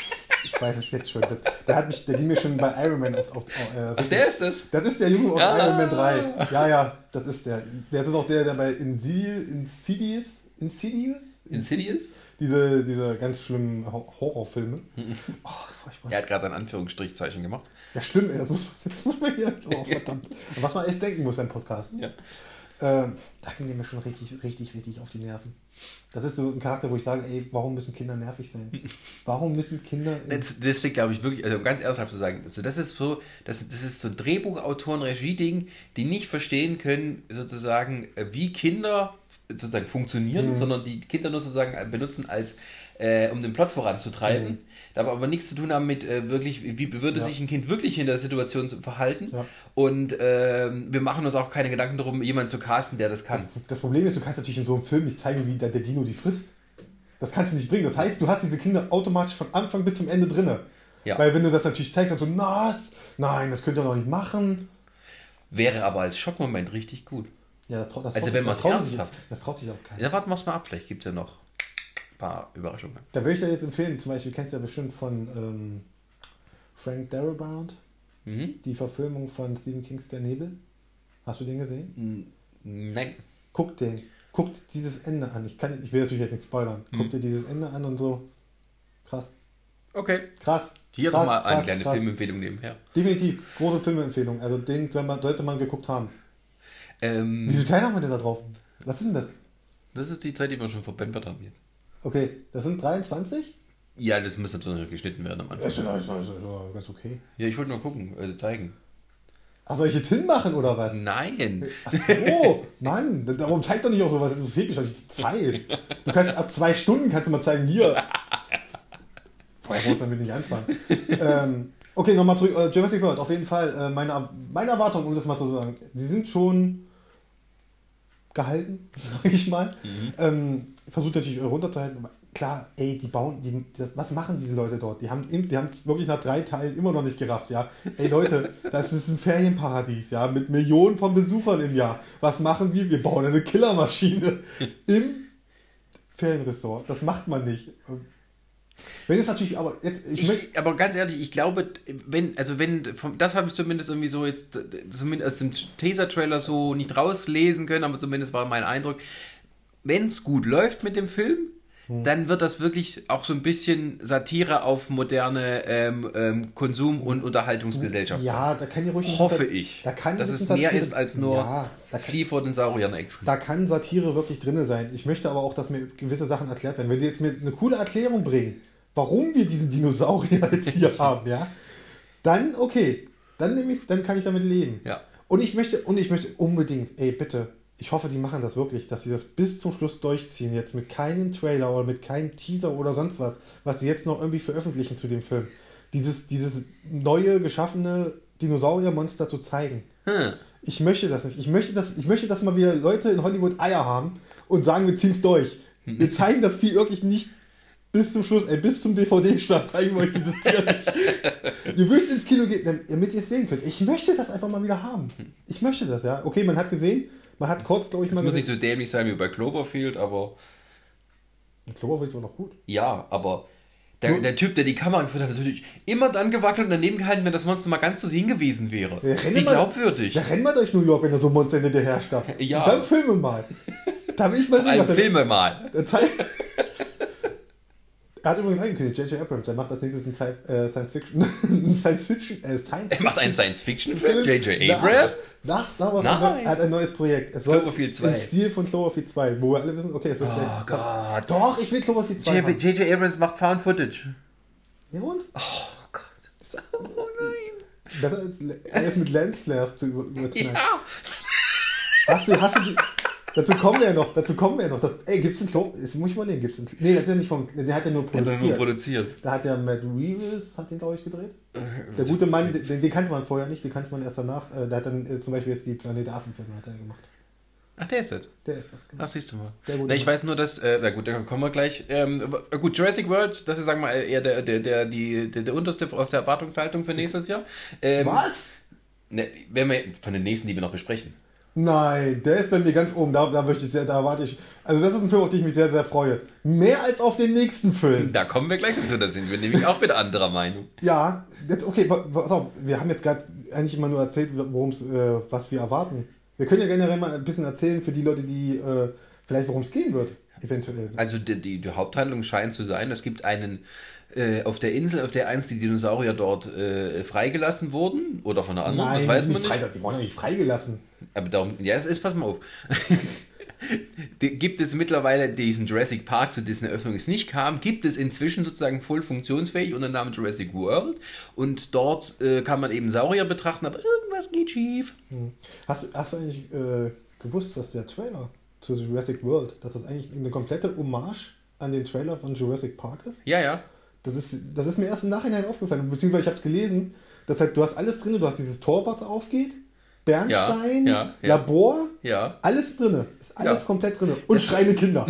Ich weiß es jetzt schon. Das, der, hat mich, der ging mir schon bei Iron Man auf. auf äh, Ach, der ist das? Das ist der Junge aus ah. Iron Man drei. Ja, ja, das ist der. Das ist auch der, der bei Insidious. Insidious? Insidious? Diese, diese ganz schlimmen Horrorfilme. Oh, er hat gerade ein Anführungsstrichzeichen gemacht. Ja, schlimm, ey, das muss man, das muss man hier. Oh, verdammt. Was man echt denken muss beim Podcast. Ja. Ähm, da ging mir schon richtig, richtig, richtig auf die Nerven. Das ist so ein Charakter, wo ich sage, ey, warum müssen Kinder nervig sein? Warum müssen Kinder... Das, das liegt, glaube ich, wirklich, also ganz ernsthaft zu sagen, also das ist so, das, das ist so Drehbuchautoren, Regie-Ding, die nicht verstehen können, sozusagen, wie Kinder sozusagen funktionieren, mhm. sondern die Kinder nur sozusagen benutzen, als äh, um den Plot voranzutreiben. Mhm. Da aber, aber nichts zu tun haben mit äh, wirklich, wie würde ja. sich ein Kind wirklich in der Situation verhalten. Ja. Und äh, wir machen uns auch keine Gedanken darum, jemanden zu casten, der das kann. Das, das Problem ist, du kannst natürlich in so einem Film nicht zeigen, wie der, der Dino die frisst. Das kannst du nicht bringen. Das heißt, du hast diese Kinder automatisch von Anfang bis zum Ende drinne. Ja. Weil wenn du das natürlich zeigst, dann so, nass, nein, das könnt ihr doch nicht machen. Wäre aber als Schockmoment richtig gut. Ja, das, das also traut, wenn man es ernsthaft. Das traut sich auch keiner. Ja, warten wir es mal ab, vielleicht gibt es ja noch ein paar Überraschungen. Da würde ich dir jetzt empfehlen, zum Beispiel, du kennst ja bestimmt von ähm, Frank Darabont, mhm. die Verfilmung von Stephen Kings Der Nebel. Hast du den gesehen? Nein. Guck den. Guck dieses Ende an. Ich, kann, ich will natürlich jetzt nicht spoilern. Guck mhm. dir dieses Ende an und so. Krass. Okay. Krass. Hier krass, nochmal eine krass, kleine krass. Filmempfehlung nebenher. Definitiv. Große Filmempfehlung. Also den sollte man geguckt haben. Ähm, Wie viele Teile haben wir denn da drauf? Was ist denn das? Das ist die Zeit, die wir schon verpempert haben jetzt. Okay, das sind dreiundzwanzig? Ja, das muss natürlich noch geschnitten werden am Anfang. Das ist ja ganz okay. Ja, ich wollte nur gucken, also zeigen. Ach, soll ich jetzt hinmachen oder was? Nein. Ach so, Mann, darum zeigt doch nicht auch sowas, das interessiert mich doch nicht die Zeit. Du kannst ab zwei Stunden kannst du mal zeigen, hier. Vorher muss damit nicht anfangen. ähm, okay, nochmal zurück, uh, Jurassic World, auf jeden Fall, äh, meine, meine Erwartungen, um das mal zu sagen, die sind schon gehalten, sage ich mal. Mhm. Ähm, versucht natürlich runterzuhalten, aber klar, ey, die bauen, die, das, was machen diese Leute dort? Die haben die haben es wirklich nach drei Teilen immer noch nicht gerafft, ja. Ey Leute, das ist ein Ferienparadies, ja, mit Millionen von Besuchern im Jahr. Was machen wir? Wir bauen eine Killermaschine im Ferienresort. Das macht man nicht. Wenn es natürlich, aber jetzt, ich, ich möchte, aber ganz ehrlich, ich glaube, wenn, also wenn, das habe ich zumindest irgendwie so jetzt, zumindest aus dem Teaser-Trailer so nicht rauslesen können, aber zumindest war mein Eindruck, wenn es gut läuft mit dem Film, hm. dann wird das wirklich auch so ein bisschen Satire auf moderne ähm, ähm, Konsum- und Unterhaltungsgesellschaft ja, sein. Da kann ja ruhig Hoffe Satire, ich, da kann dass es Satire, mehr ist als nur ja, Flieh vor den Sauriern-Action. Da kann Satire wirklich drin sein. Ich möchte aber auch, dass mir gewisse Sachen erklärt werden. Wenn die jetzt mir eine coole Erklärung bringen, warum wir diesen Dinosaurier jetzt hier haben, ja, dann okay, dann nehme ich, dann kann ich damit leben. Ja. Und ich möchte, und ich möchte unbedingt, ey, bitte, ich hoffe, die machen das wirklich, dass sie das bis zum Schluss durchziehen, jetzt mit keinem Trailer oder mit keinem Teaser oder sonst was, was sie jetzt noch irgendwie veröffentlichen zu dem Film. Dieses, dieses neue, geschaffene Dinosauriermonster zu zeigen. Hm. Ich möchte das nicht. Ich möchte, dass, ich möchte, dass mal wieder Leute in Hollywood Eier haben und sagen, wir ziehen es durch. Wir zeigen das Vieh wirklich nicht bis zum Schluss, ey, bis zum D V D-Start zeigen wir euch dieses Tier nicht. Ihr müsst ins Kino gehen, damit ihr es sehen könnt. Ich möchte das einfach mal wieder haben. Ich möchte das, ja. Okay, man hat gesehen, man hat kurz, glaube ich, das mal muss gesehen. nicht so dämlich sein wie bei Cloverfield, aber... Cloverfield war noch gut. Ja, aber der, der Typ, der die Kamera angeführt hat, natürlich immer dann gewackelt und daneben gehalten, wenn das Monster mal ganz so hingewiesen wäre. Ja, Wie glaubwürdig. Ja, renn mal durch New York, wenn da so ein Monster hinterher stafft. Ja. Und dann filme mal. Da will ich mal sehen, was er... Filme mal. Er zeigt... Er hat übrigens angekündigt, J J Abrams, der macht das nächste Science Fiction. Science Fiction. Äh, Science Er macht einen Science-Fiction-Film? J J Abrams? Das, Star Wars. Nein. Er hat ein neues Projekt. Es soll Cloverfield zwei. im Stil von Cloverfield zwei, wo wir alle wissen, okay, es wird Oh vielleicht. Gott. Doch, ich will Cloverfield zwei. haben. J J Abrams macht Found Footage. Ja und? Oh Gott. Oh nein. Besser als er ist mit Lensflares zu über, überknallen. Ja. Hast du, hast du die, dazu kommen wir ja noch, dazu kommen wir ja noch. Das, ey, gibt's einen Cloverfield? Das muss ich mal nehmen, gibt's einen Nee, das ist ja nicht vom, der hat ja nur Der hat produziert. nur produziert. Da hat ja Matt Reeves, hat den glaube ich gedreht. Der gute Mann, den, den kannte man vorher nicht, den kannte man erst danach. Der hat dann äh, zum Beispiel jetzt die Planet Affen-Filme hat er gemacht. Ach, der ist das. Der ist das, genau. Ach, siehst du mal. Der gute Na, ich Mann. weiß nur, dass, äh, na gut, da kommen wir gleich. Ähm, aber, gut, Jurassic World, das ist, sagen wir mal, eher der, der, der, die, der, der unterste auf der Erwartungshaltung für nächstes Jahr. Ähm, Was? Ne, wenn wir von den nächsten, die wir noch besprechen. Nein, der ist bei mir ganz oben. Da, da möchte ich sehr, da warte ich. Also das ist ein Film, auf den ich mich sehr, sehr freue. Mehr als auf den nächsten Film. Da kommen wir gleich dazu, da sind wir nämlich auch wieder anderer Meinung. Ja, jetzt, okay, pa- pass auf, wir haben jetzt gerade eigentlich immer nur erzählt, worum es, äh, was wir erwarten. Wir können ja generell mal ein bisschen erzählen für die Leute, die äh, vielleicht worum es gehen wird, eventuell. Also die, die, die Haupthandlung scheint zu sein, es gibt einen äh, auf der Insel, auf der einst die Dinosaurier dort äh, freigelassen wurden, oder von einer anderen, Nein, das weiß die man sind nicht. frei, die wurden ja nicht freigelassen. Aber darum, ja, es ist, pass mal auf. Die- gibt es mittlerweile diesen Jurassic Park, zu dessen Eröffnung es nicht kam, gibt es inzwischen sozusagen voll funktionsfähig unter dem Namen Jurassic World und dort äh, kann man eben Saurier betrachten, aber irgendwas geht schief. Hm. Hast, du- hast du eigentlich äh, gewusst, dass der Trailer zu Jurassic World, dass das eigentlich eine komplette Hommage an den Trailer von Jurassic Park ist? Ja, ja. Das ist, das ist mir erst im Nachhinein aufgefallen, beziehungsweise ich habe es gelesen, dass halt, du hast alles drin, du hast dieses Tor, was aufgeht, Bernstein, Ja, ja, ja. Labor, Ja. alles drin, ist alles Ja. komplett drin und schreiende Kinder.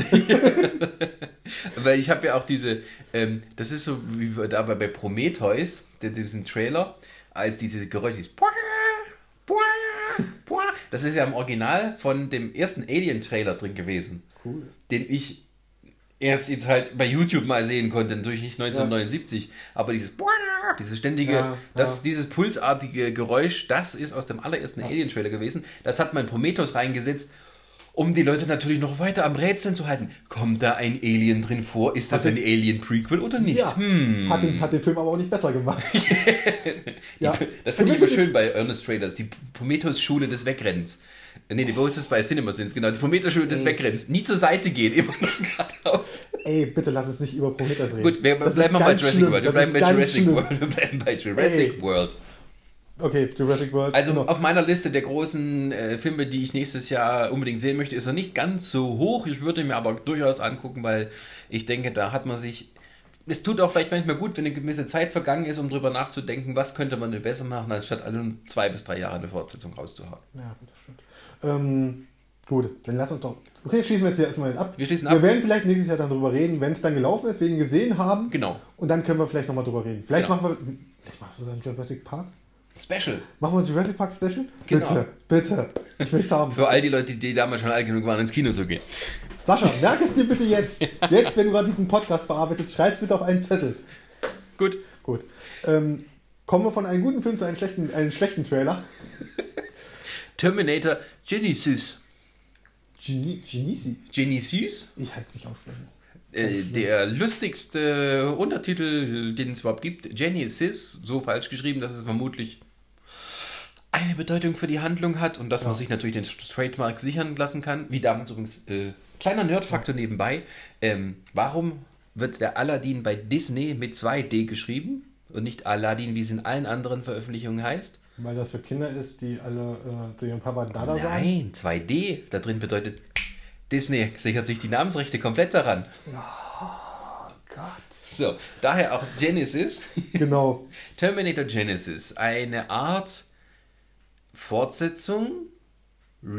Weil ich habe ja auch diese, ähm, das ist so wie bei- da bei bei Prometheus, der- diesen Trailer, als diese Geräusche, dieses Puah, Puah, Puah, das ist ja im Original von dem ersten Alien-Trailer drin gewesen, Cool. den ich erst jetzt halt bei YouTube mal sehen konnte, natürlich nicht neunzehnhundertneunundsiebzig, aber dieses Puah, dieses ständige, Ja, das, ja. dieses pulsartige Geräusch, das ist aus dem allerersten Alien-Trailer gewesen. Das hat man in Prometheus reingesetzt, um die Leute natürlich noch weiter am Rätseln zu halten. Kommt da ein Alien drin vor? Ist das Hat ein den- Alien-Prequel oder nicht? Ja, Hm. hat, den, hat den Film aber auch nicht besser gemacht. ja. Das finde ich immer schön bei Ernest Trailers, die Prometheus-Schule des Wegrennens. Nee, nee, wo ist das bei CinemaSins? Genau, die Prometheus-Schule des Ey. Wegrennens. Nie zur Seite gehen, immer nur geradeaus. Ey, bitte lass uns nicht über Prometheus reden. Gut, wir Das bleiben ist mal bei ganz Jurassic schlimm. World. Wir Das bleiben ist bei ganz Jurassic schlimm. World. Wir bleiben bei Jurassic Ey. World. Okay, Jurassic World. Also genau. auf meiner Liste der großen äh, Filme, die ich nächstes Jahr unbedingt sehen möchte, ist er nicht ganz so hoch. Ich würde mir aber durchaus angucken, weil ich denke, da hat man sich... Es tut auch vielleicht manchmal gut, wenn eine gewisse Zeit vergangen ist, um drüber nachzudenken, was könnte man denn besser machen, anstatt alle zwei bis drei Jahre eine Fortsetzung rauszuhauen. Ja, das stimmt. Ähm, gut, dann lass uns doch. Okay, schließen wir jetzt hier erstmal ab. Wir schließen Wir ab. werden vielleicht nächstes Jahr dann drüber reden, wenn es dann gelaufen ist, wir ihn gesehen haben. Genau. Und dann können wir vielleicht nochmal drüber reden. Vielleicht Genau. machen wir. Vielleicht machen wir sogar einen Jurassic Park. Special. Machen wir ein Jurassic Park Special? Genau. Bitte, bitte. Ich möchte haben. Für all die Leute, die damals schon alt genug waren, ins Kino zu gehen. Sascha, merk es dir bitte jetzt. Jetzt, wenn du gerade diesen Podcast bearbeitest, schreib es bitte auf einen Zettel. Gut. Gut. Ähm, kommen wir von einem guten Film zu einem schlechten, einem schlechten Trailer. Terminator Genesis. Geni- Genesi. Genesis? Ich kann es nicht aussprechen. Äh, der lustigste Untertitel, den es überhaupt gibt, Genesis, so falsch geschrieben, dass es vermutlich eine Bedeutung für die Handlung hat und dass man sich natürlich den Trademark sichern lassen kann. Wie damals übrigens, äh, kleiner Nerdfaktor nebenbei, ähm, warum wird der Aladdin bei Disney mit zwei D geschrieben und nicht Aladdin, wie es in allen anderen Veröffentlichungen heißt? Weil das für Kinder ist, die alle äh, zu ihrem Papa Dada sagen. Nein, zwei D. Da drin bedeutet, Disney sichert sich die Namensrechte komplett daran. Oh Gott. So, daher auch Genesis. Genau. Terminator Genesis. Eine Art Fortsetzung,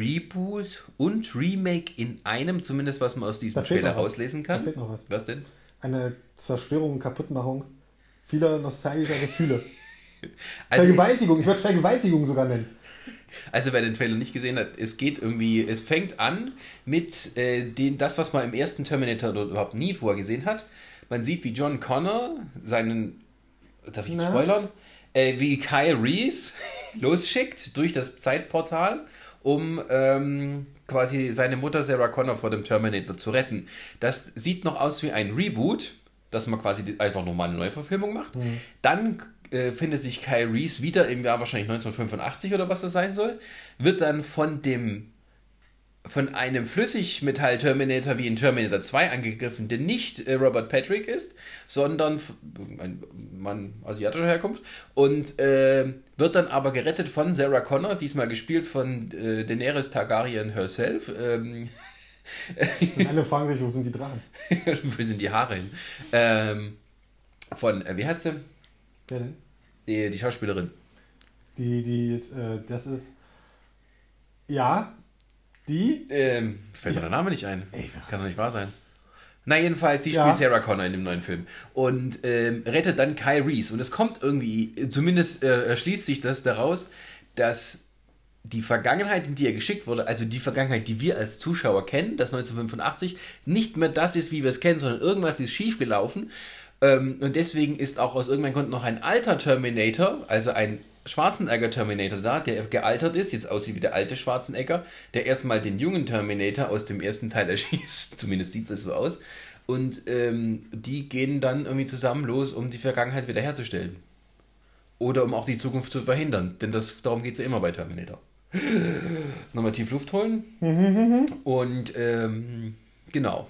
Reboot und Remake in einem, zumindest was man aus diesem Da fehlt Trailer noch was. rauslesen Da kann. fehlt noch was. Was denn? eine Zerstörung und Kaputtmachung vieler nostalgischer Gefühle. Also Vergewaltigung, ich würde es Vergewaltigung sogar nennen. Also wer den Trailer nicht gesehen hat, es geht irgendwie, es fängt an mit äh, den, das, was man im ersten Terminator oder überhaupt nie vorher gesehen hat. Man sieht, wie John Connor seinen, darf ich Na? spoilern, äh, wie Kyle Reese losschickt durch das Zeitportal, um ähm, quasi seine Mutter Sarah Connor vor dem Terminator zu retten. Das sieht noch aus wie ein Reboot, dass man quasi einfach nochmal eine Neuverfilmung macht. Mhm. Dann äh, findet sich Kyle Reese wieder im Jahr wahrscheinlich neunzehnhundertfünfundachtzig oder was das sein soll, wird dann von dem von einem Flüssigmetall-Terminator wie in Terminator zwei angegriffen, der nicht äh, Robert Patrick ist, sondern f- ein Mann asiatischer Herkunft und äh, wird dann aber gerettet von Sarah Connor, diesmal gespielt von äh, Daenerys Targaryen herself. Ähm, Und alle fragen sich, wo sind die Drachen? wo sind die Haare hin? Ähm, von, äh, wie heißt sie? Wer denn? Die, die Schauspielerin. Die, die jetzt, äh, das ist, ja, die? Ähm, fällt mir der Name nicht ein. Ey, Kann doch nicht wahr sein. Na jedenfalls, sie Ja. spielt Sarah Connor in dem neuen Film und ähm, rettet dann Kyle Reese. Und es kommt irgendwie, zumindest äh, erschließt sich das daraus, dass die Vergangenheit, in die er geschickt wurde, also die Vergangenheit, die wir als Zuschauer kennen, das neunzehnhundertfünfundachtzig, nicht mehr das ist, wie wir es kennen, sondern irgendwas ist schiefgelaufen. Ähm, und deswegen ist auch aus irgendeinem Grund noch ein alter Terminator, also ein Schwarzenegger-Terminator da, der gealtert ist, jetzt aussieht wie der alte Schwarzenegger, der erstmal den jungen Terminator aus dem ersten Teil erschießt, zumindest sieht das so aus, und ähm, die gehen dann irgendwie zusammen los, um die Vergangenheit wiederherzustellen. Oder um auch die Zukunft zu verhindern, denn das, darum geht es ja immer bei Terminator. Nochmal tief Luft holen. Und ähm, genau.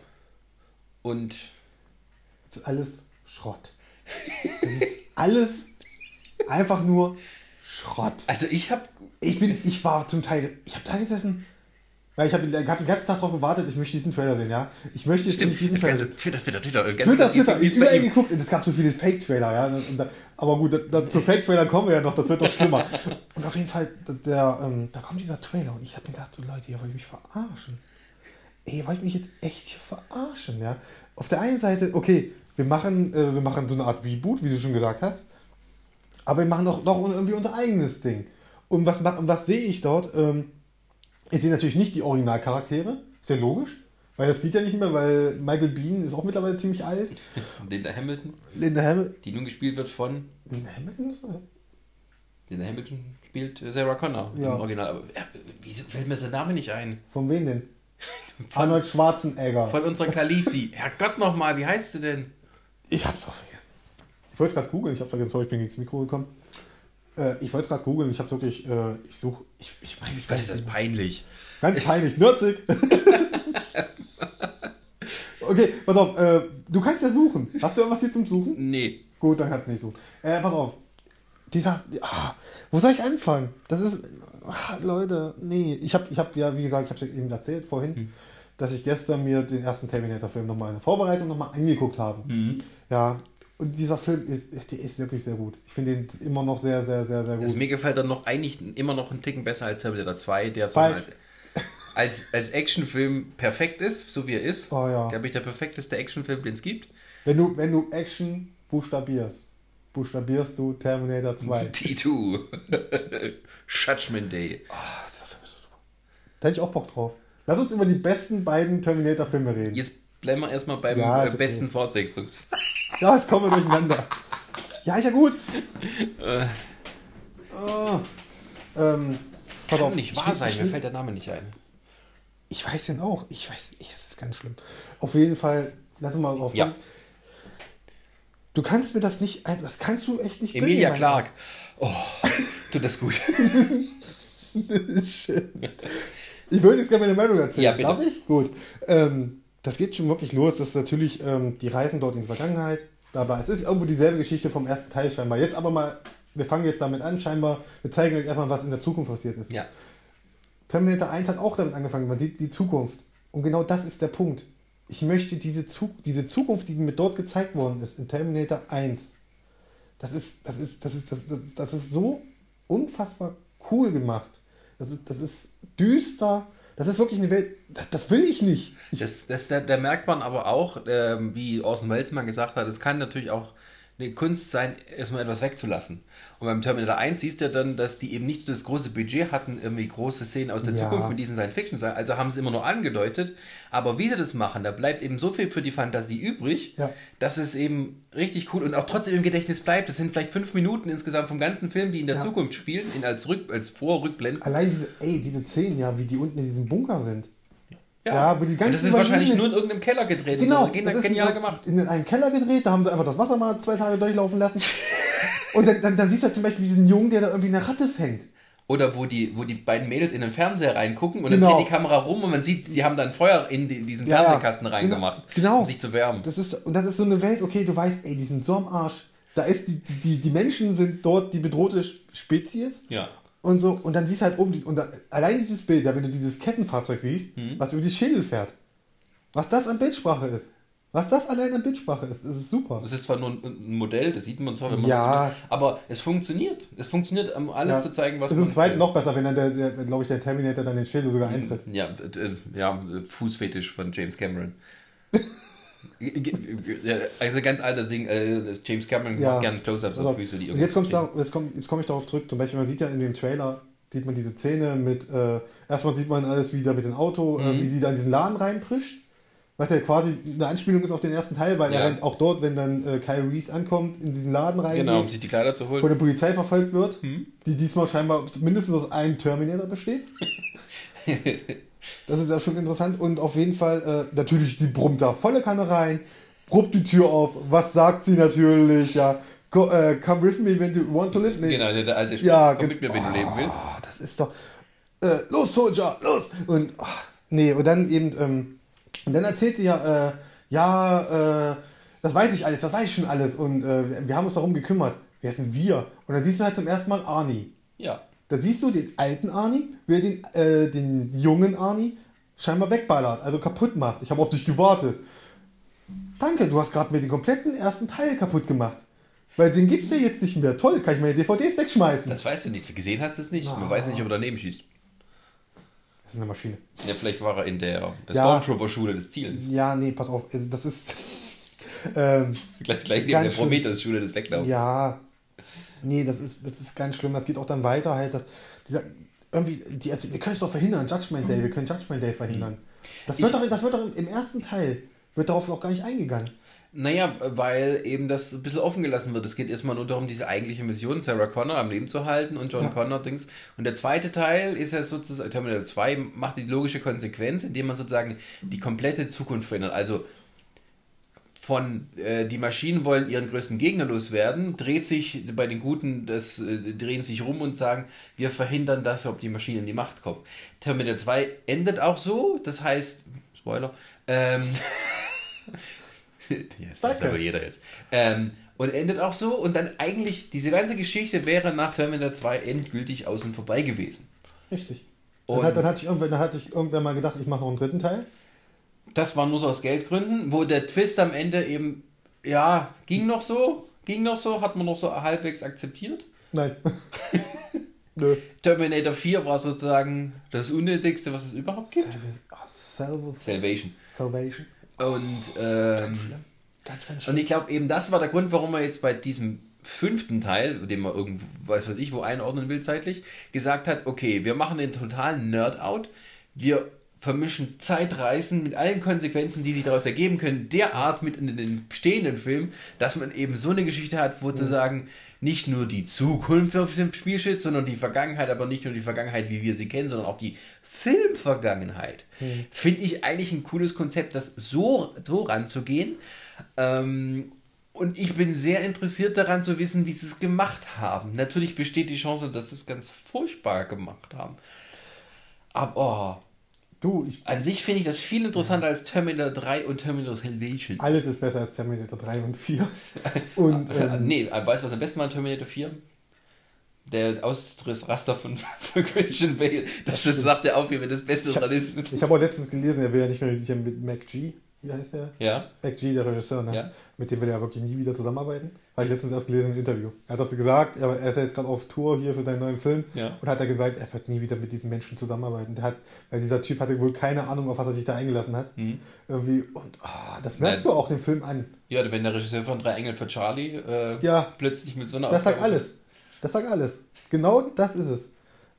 Und Das ist alles Schrott. Das ist alles einfach nur Schrott. also ich habe Ich bin, ich war zum Teil, ich habe da gesessen, weil ich habe hab den ganzen Tag darauf gewartet, ich möchte diesen Trailer sehen, ja. Ich möchte jetzt nicht diesen Trailer sehen. Twitter, Twitter, Twitter. Twitter, Twitter, ich habe überall geguckt und es gab so viele Fake-Trailer, ja. Und da, aber gut, da, da, zu Fake-Trailer kommen wir ja noch, das wird doch schlimmer. Und auf jeden Fall, da, der, ähm, da kommt dieser Trailer und ich habe mir gedacht, so Leute, ihr wollt mich verarschen. Ey, ihr wollt mich jetzt echt hier verarschen, ja. Auf der einen Seite, okay, wir machen, äh, wir machen so eine Art Reboot, wie du schon gesagt hast, aber wir machen doch, doch irgendwie unser eigenes Ding. Und was, und was sehe ich dort? Ähm, ich sehe natürlich nicht die Originalcharaktere, ist ja logisch, weil das geht ja nicht mehr, weil Michael Biehn ist auch mittlerweile ziemlich alt. Linda Hamilton, Linda Hamilton. die nun gespielt wird von... Linda Hamilton ist das? Linda Hamilton spielt Sarah Connor Ja. im Original. Aber äh, wieso fällt mir sein Name nicht ein? Von wem denn? Arnold Schwarzenegger. Von unserer Khaleesi. Herrgott nochmal, wie heißt sie denn? Ich hab's doch vergessen. Ich wollte es gerade googeln, ich habe vergessen, sorry, ich bin gegen das Mikro gekommen. Äh, ich wollte es gerade googeln, ich habe wirklich, äh, ich suche, ich, ich meine, ich Was weiß ist das nicht. peinlich? Ganz peinlich, Nürzig. Okay, pass auf, äh, du kannst ja suchen. Hast du irgendwas hier zum Suchen? Nee. Gut, dann kannst du nicht suchen. Äh, pass auf. Dieser, ah, wo soll ich anfangen? Das ist, ah, Leute, nee. Ich habe, ich hab, ja, wie gesagt, ich habe es eben erzählt vorhin, hm. dass ich gestern mir den ersten Terminator-Film nochmal in der Vorbereitung nochmal angeguckt habe. Mhm. Ja, und dieser Film ist, der ist wirklich sehr gut. Ich finde ihn immer noch sehr, sehr, sehr, sehr gut. Also mir gefällt er noch eigentlich immer noch einen Ticken besser als Terminator zwei, der so Weil- als, als, als Actionfilm perfekt ist, so wie er ist. Oh ja. Glaube ich, der perfekteste Actionfilm, den es gibt. Wenn du, wenn du Action buchstabierst, buchstabierst du Terminator zwei. T zwei. Judgment Day. Oh, dieser Film ist so super. Da hätte ich auch Bock drauf. Lass uns über die besten beiden Terminator-Filme reden. Jetzt bleiben wir erstmal beim Ja, äh, ist okay. besten Fortsetzungs. Ja, es kommen wir durcheinander. Ja, ist ja gut. Äh, Oh. Ähm, pass kann auf. nicht Ich wahr will- sein, ich mir will- fällt der Name nicht ein. Ich weiß den auch. Ich weiß, ich, es ist ganz schlimm. Auf jeden Fall, lass uns mal drauf Ja. kommen. Du kannst mir das nicht, ein- das kannst du echt nicht Emilia bringen, Clarke. Oh, tut das gut. Das ist schön. Ich würde jetzt gerne meine Meinung erzählen. Ja, bitte. Darf ich? Gut. Ähm, das geht schon wirklich los. Das ist natürlich, ähm, die reisen dort in die Vergangenheit. Aber es ist irgendwo dieselbe Geschichte vom ersten Teil scheinbar. Jetzt aber mal, wir fangen jetzt damit an, scheinbar. Wir zeigen euch erstmal, was in der Zukunft passiert ist. Ja. Terminator eins hat auch damit angefangen. Man sieht die Zukunft. Und genau das ist der Punkt. Ich möchte diese, Zu- diese Zukunft, die mir dort gezeigt worden ist, in Terminator eins, das ist, das ist, das ist, das, das, das ist so unfassbar cool gemacht. Das ist, das ist düster, Das ist wirklich eine Welt, das, das will ich nicht. Ich, Das, das, da, da merkt man aber auch, ähm, wie Orson Welles mal gesagt hat, es kann natürlich auch eine Kunst sein, erstmal etwas wegzulassen. Und beim Terminator eins siehst du dann, dass die eben nicht das große Budget hatten, irgendwie große Szenen aus der Ja. Zukunft mit diesem Science-Fiction sein. Also haben sie immer nur angedeutet. Aber wie sie das machen, da bleibt eben so viel für die Fantasie übrig, Ja. dass es eben richtig cool und auch trotzdem im Gedächtnis bleibt. Das sind vielleicht fünf Minuten insgesamt vom ganzen Film, die in der Ja. Zukunft spielen, in als, Rück, als Vorrückblenden. allein diese, ey, diese Szenen, ja, wie die unten in diesem Bunker sind. Ja, wo die und ganzen das ist wahrscheinlich Überlebenden- nur in irgendeinem Keller gedreht. Genau, und so. das ist Genial in, gemacht. in einem Keller gedreht, da haben sie einfach das Wasser mal zwei Tage durchlaufen lassen. Und dann, dann, dann siehst du halt zum Beispiel diesen Jungen, der da irgendwie eine Ratte fängt. Oder wo die, wo die beiden Mädels in den Fernseher reingucken und Genau. dann dreht die Kamera rum und man sieht, die haben dann Feuer in die, diesen Ja, ja. Fernsehkasten reingemacht, Genau. um sich zu wärmen. Das ist, und das ist so eine Welt, okay, du weißt, ey, die sind so am Arsch. Da ist die, die, die Menschen sind dort die bedrohte Spezies. Ja. Und so, und dann siehst du halt oben, die, und da, allein dieses Bild, ja, wenn du dieses Kettenfahrzeug siehst, Mhm. was über die Schädel fährt, was das an Bildsprache ist, was das allein an Bildsprache ist, das ist super. Das ist zwar nur ein, ein Modell, das sieht man zwar, wenn man Ja. das sieht, aber es funktioniert. Es funktioniert, um alles Ja. zu zeigen, was Das ist im man zweiten will. noch besser, wenn dann der, der glaube ich, der Terminator dann den Schädel sogar eintritt. Ja, äh, ja, Fußfetisch von James Cameron. Also ganz altes Ding, äh, James Cameron Ja. macht gerne Close-Ups Also, auf Füße, die und jetzt, kommt's stehen. da, jetzt, komm, jetzt komme ich darauf zurück, zum Beispiel, man sieht ja in dem Trailer, sieht man diese Szene mit, äh, erstmal sieht man alles wieder mit dem Auto, Mhm. äh, wie sie da in diesen Laden reinprischt, was ja quasi eine Anspielung ist auf den ersten Teil, weil Ja. er rennt auch dort, wenn dann äh, Kyle Reese ankommt, in diesen Laden reingeht, Genau, um sich die Kleider zu holen. von der Polizei verfolgt wird, Mhm. die diesmal scheinbar mindestens aus einem Terminator besteht. Das ist ja schon interessant und auf jeden Fall, äh, natürlich, die brummt da volle Kanne rein, brummt die Tür auf, was sagt sie natürlich, ja, Go, äh, come with me when you want to live. Nee. Genau, der, der alte Spruch, Ja, komm ge- mit mir, wenn du leben willst. Oh, das ist doch, äh, los Soldier, los! Und, oh, nee, und dann eben, ähm, und dann erzählt sie ja, äh, ja, äh, das weiß ich alles, das weiß ich schon alles und äh, wir haben uns darum gekümmert. Wer sind wir? Und dann siehst du halt zum ersten Mal Arnie. Ja. Da siehst du den alten Arnie, wie er den, äh, den jungen Arnie scheinbar wegballert, also kaputt macht. Ich habe auf dich gewartet. Danke, du hast gerade mir den kompletten ersten Teil kaputt gemacht. Weil den gibt's ja jetzt nicht mehr. Toll, kann ich meine D V Ds wegschmeißen. Das weißt du nicht. Gesehen hast du es nicht. Man Ah. weiß nicht, ob er daneben schießt. Das ist eine Maschine. Ja, vielleicht war er in der Ja. Stormtrooper-Schule des Ziels. Ja, nee, pass auf. also Das ist. ähm, Gleich, gleich neben Ganz der schlimm. Prometheus-Schule des Weglaufens. ja. Nee, das ist, das ist ganz schlimm. Das geht auch dann weiter halt, dass dieser. Irgendwie, die, also, wir können es doch verhindern, Judgment Day, wir können Judgment Day verhindern. Das wird, Ich- doch, das wird doch im ersten Teil, wird darauf noch gar nicht eingegangen. Naja, weil eben das ein bisschen offen gelassen wird. Es geht erstmal nur darum, diese eigentliche Mission, Sarah Connor am Leben zu halten und John Ja. Connor-Dings. Und der zweite Teil ist ja sozusagen, Terminator zwei macht die logische Konsequenz, indem man sozusagen die komplette Zukunft verändert. Also von äh, die Maschinen wollen ihren größten Gegner loswerden, dreht sich bei den Guten, das äh, drehen sich rum und sagen, wir verhindern das, ob die Maschine in die Macht kommt. Terminator zwei endet auch so, das heißt, Spoiler, ähm, ja, das weiß Danke. aber jeder jetzt. Ähm, und endet auch so und dann eigentlich, diese ganze Geschichte wäre nach Terminator zwei endgültig aus und vorbei gewesen. Richtig. Und- Dann, hat, dann, hatte ich irgendwann, dann hatte ich irgendwann mal gedacht, ich mache noch einen dritten Teil. Das war nur so aus Geldgründen, wo der Twist am Ende eben, ja, ging noch so, ging noch so, hat man noch so halbwegs akzeptiert. Nein. Nö. Terminator vier war sozusagen das Unnötigste, was es überhaupt gibt. Salvation. Oh, Salvation. Salvation. Salvation. Und, ähm, Ganz schlimm. Ganz, ganz und schlimm. ich glaube eben, das war der Grund, warum er jetzt bei diesem fünften Teil, den man irgendwo, weiß was ich, wo einordnen will zeitlich, gesagt hat, okay, wir machen den totalen Nerd-Out, wir vermischen Zeitreisen mit allen Konsequenzen, die sich daraus ergeben können, derart mit in den bestehenden Film, dass man eben so eine Geschichte hat, wo zu sagen, nicht nur die Zukunft auf dem Spiel steht, sondern die Vergangenheit, aber nicht nur die Vergangenheit, wie wir sie kennen, sondern auch die Filmvergangenheit. Mhm. Finde ich eigentlich ein cooles Konzept, das so, so ranzugehen. Ähm, und ich bin sehr interessiert daran zu wissen, wie sie es gemacht haben. Natürlich besteht die Chance, dass sie es ganz furchtbar gemacht haben. Aber Du, ich, an sich finde ich das viel interessanter als Terminator drei und Terminator Salvation. alles ist besser als Terminator drei und vier. Und, ähm, nee, weißt du, was am besten war an Terminator vier? Der Ausrissraster von, von Christian Bale. Das, das sagt er auf, wie wenn das Beste dran ist. ich habe auch letztens gelesen, er will ja nicht mehr mit, mit MacG. wie heißt der? Ja. McG, der Regisseur, ne? Ja. Mit dem will er ja wirklich nie wieder zusammenarbeiten. Habe ich letztens erst gelesen im Interview. Er hat das gesagt, er er ist ja jetzt gerade auf Tour hier für seinen neuen Film Ja. und hat er gesagt, er wird nie wieder mit diesen Menschen zusammenarbeiten. Der hat, weil dieser Typ hatte wohl keine Ahnung, auf was er sich da eingelassen hat. Mhm. Irgendwie, und oh, das merkst Nein. du auch den Film an. Ja, wenn der Regisseur von Drei Engel für Charlie äh, Ja. plötzlich mit so einer Das sagt Aussage- alles. Das sagt alles. Genau das ist es.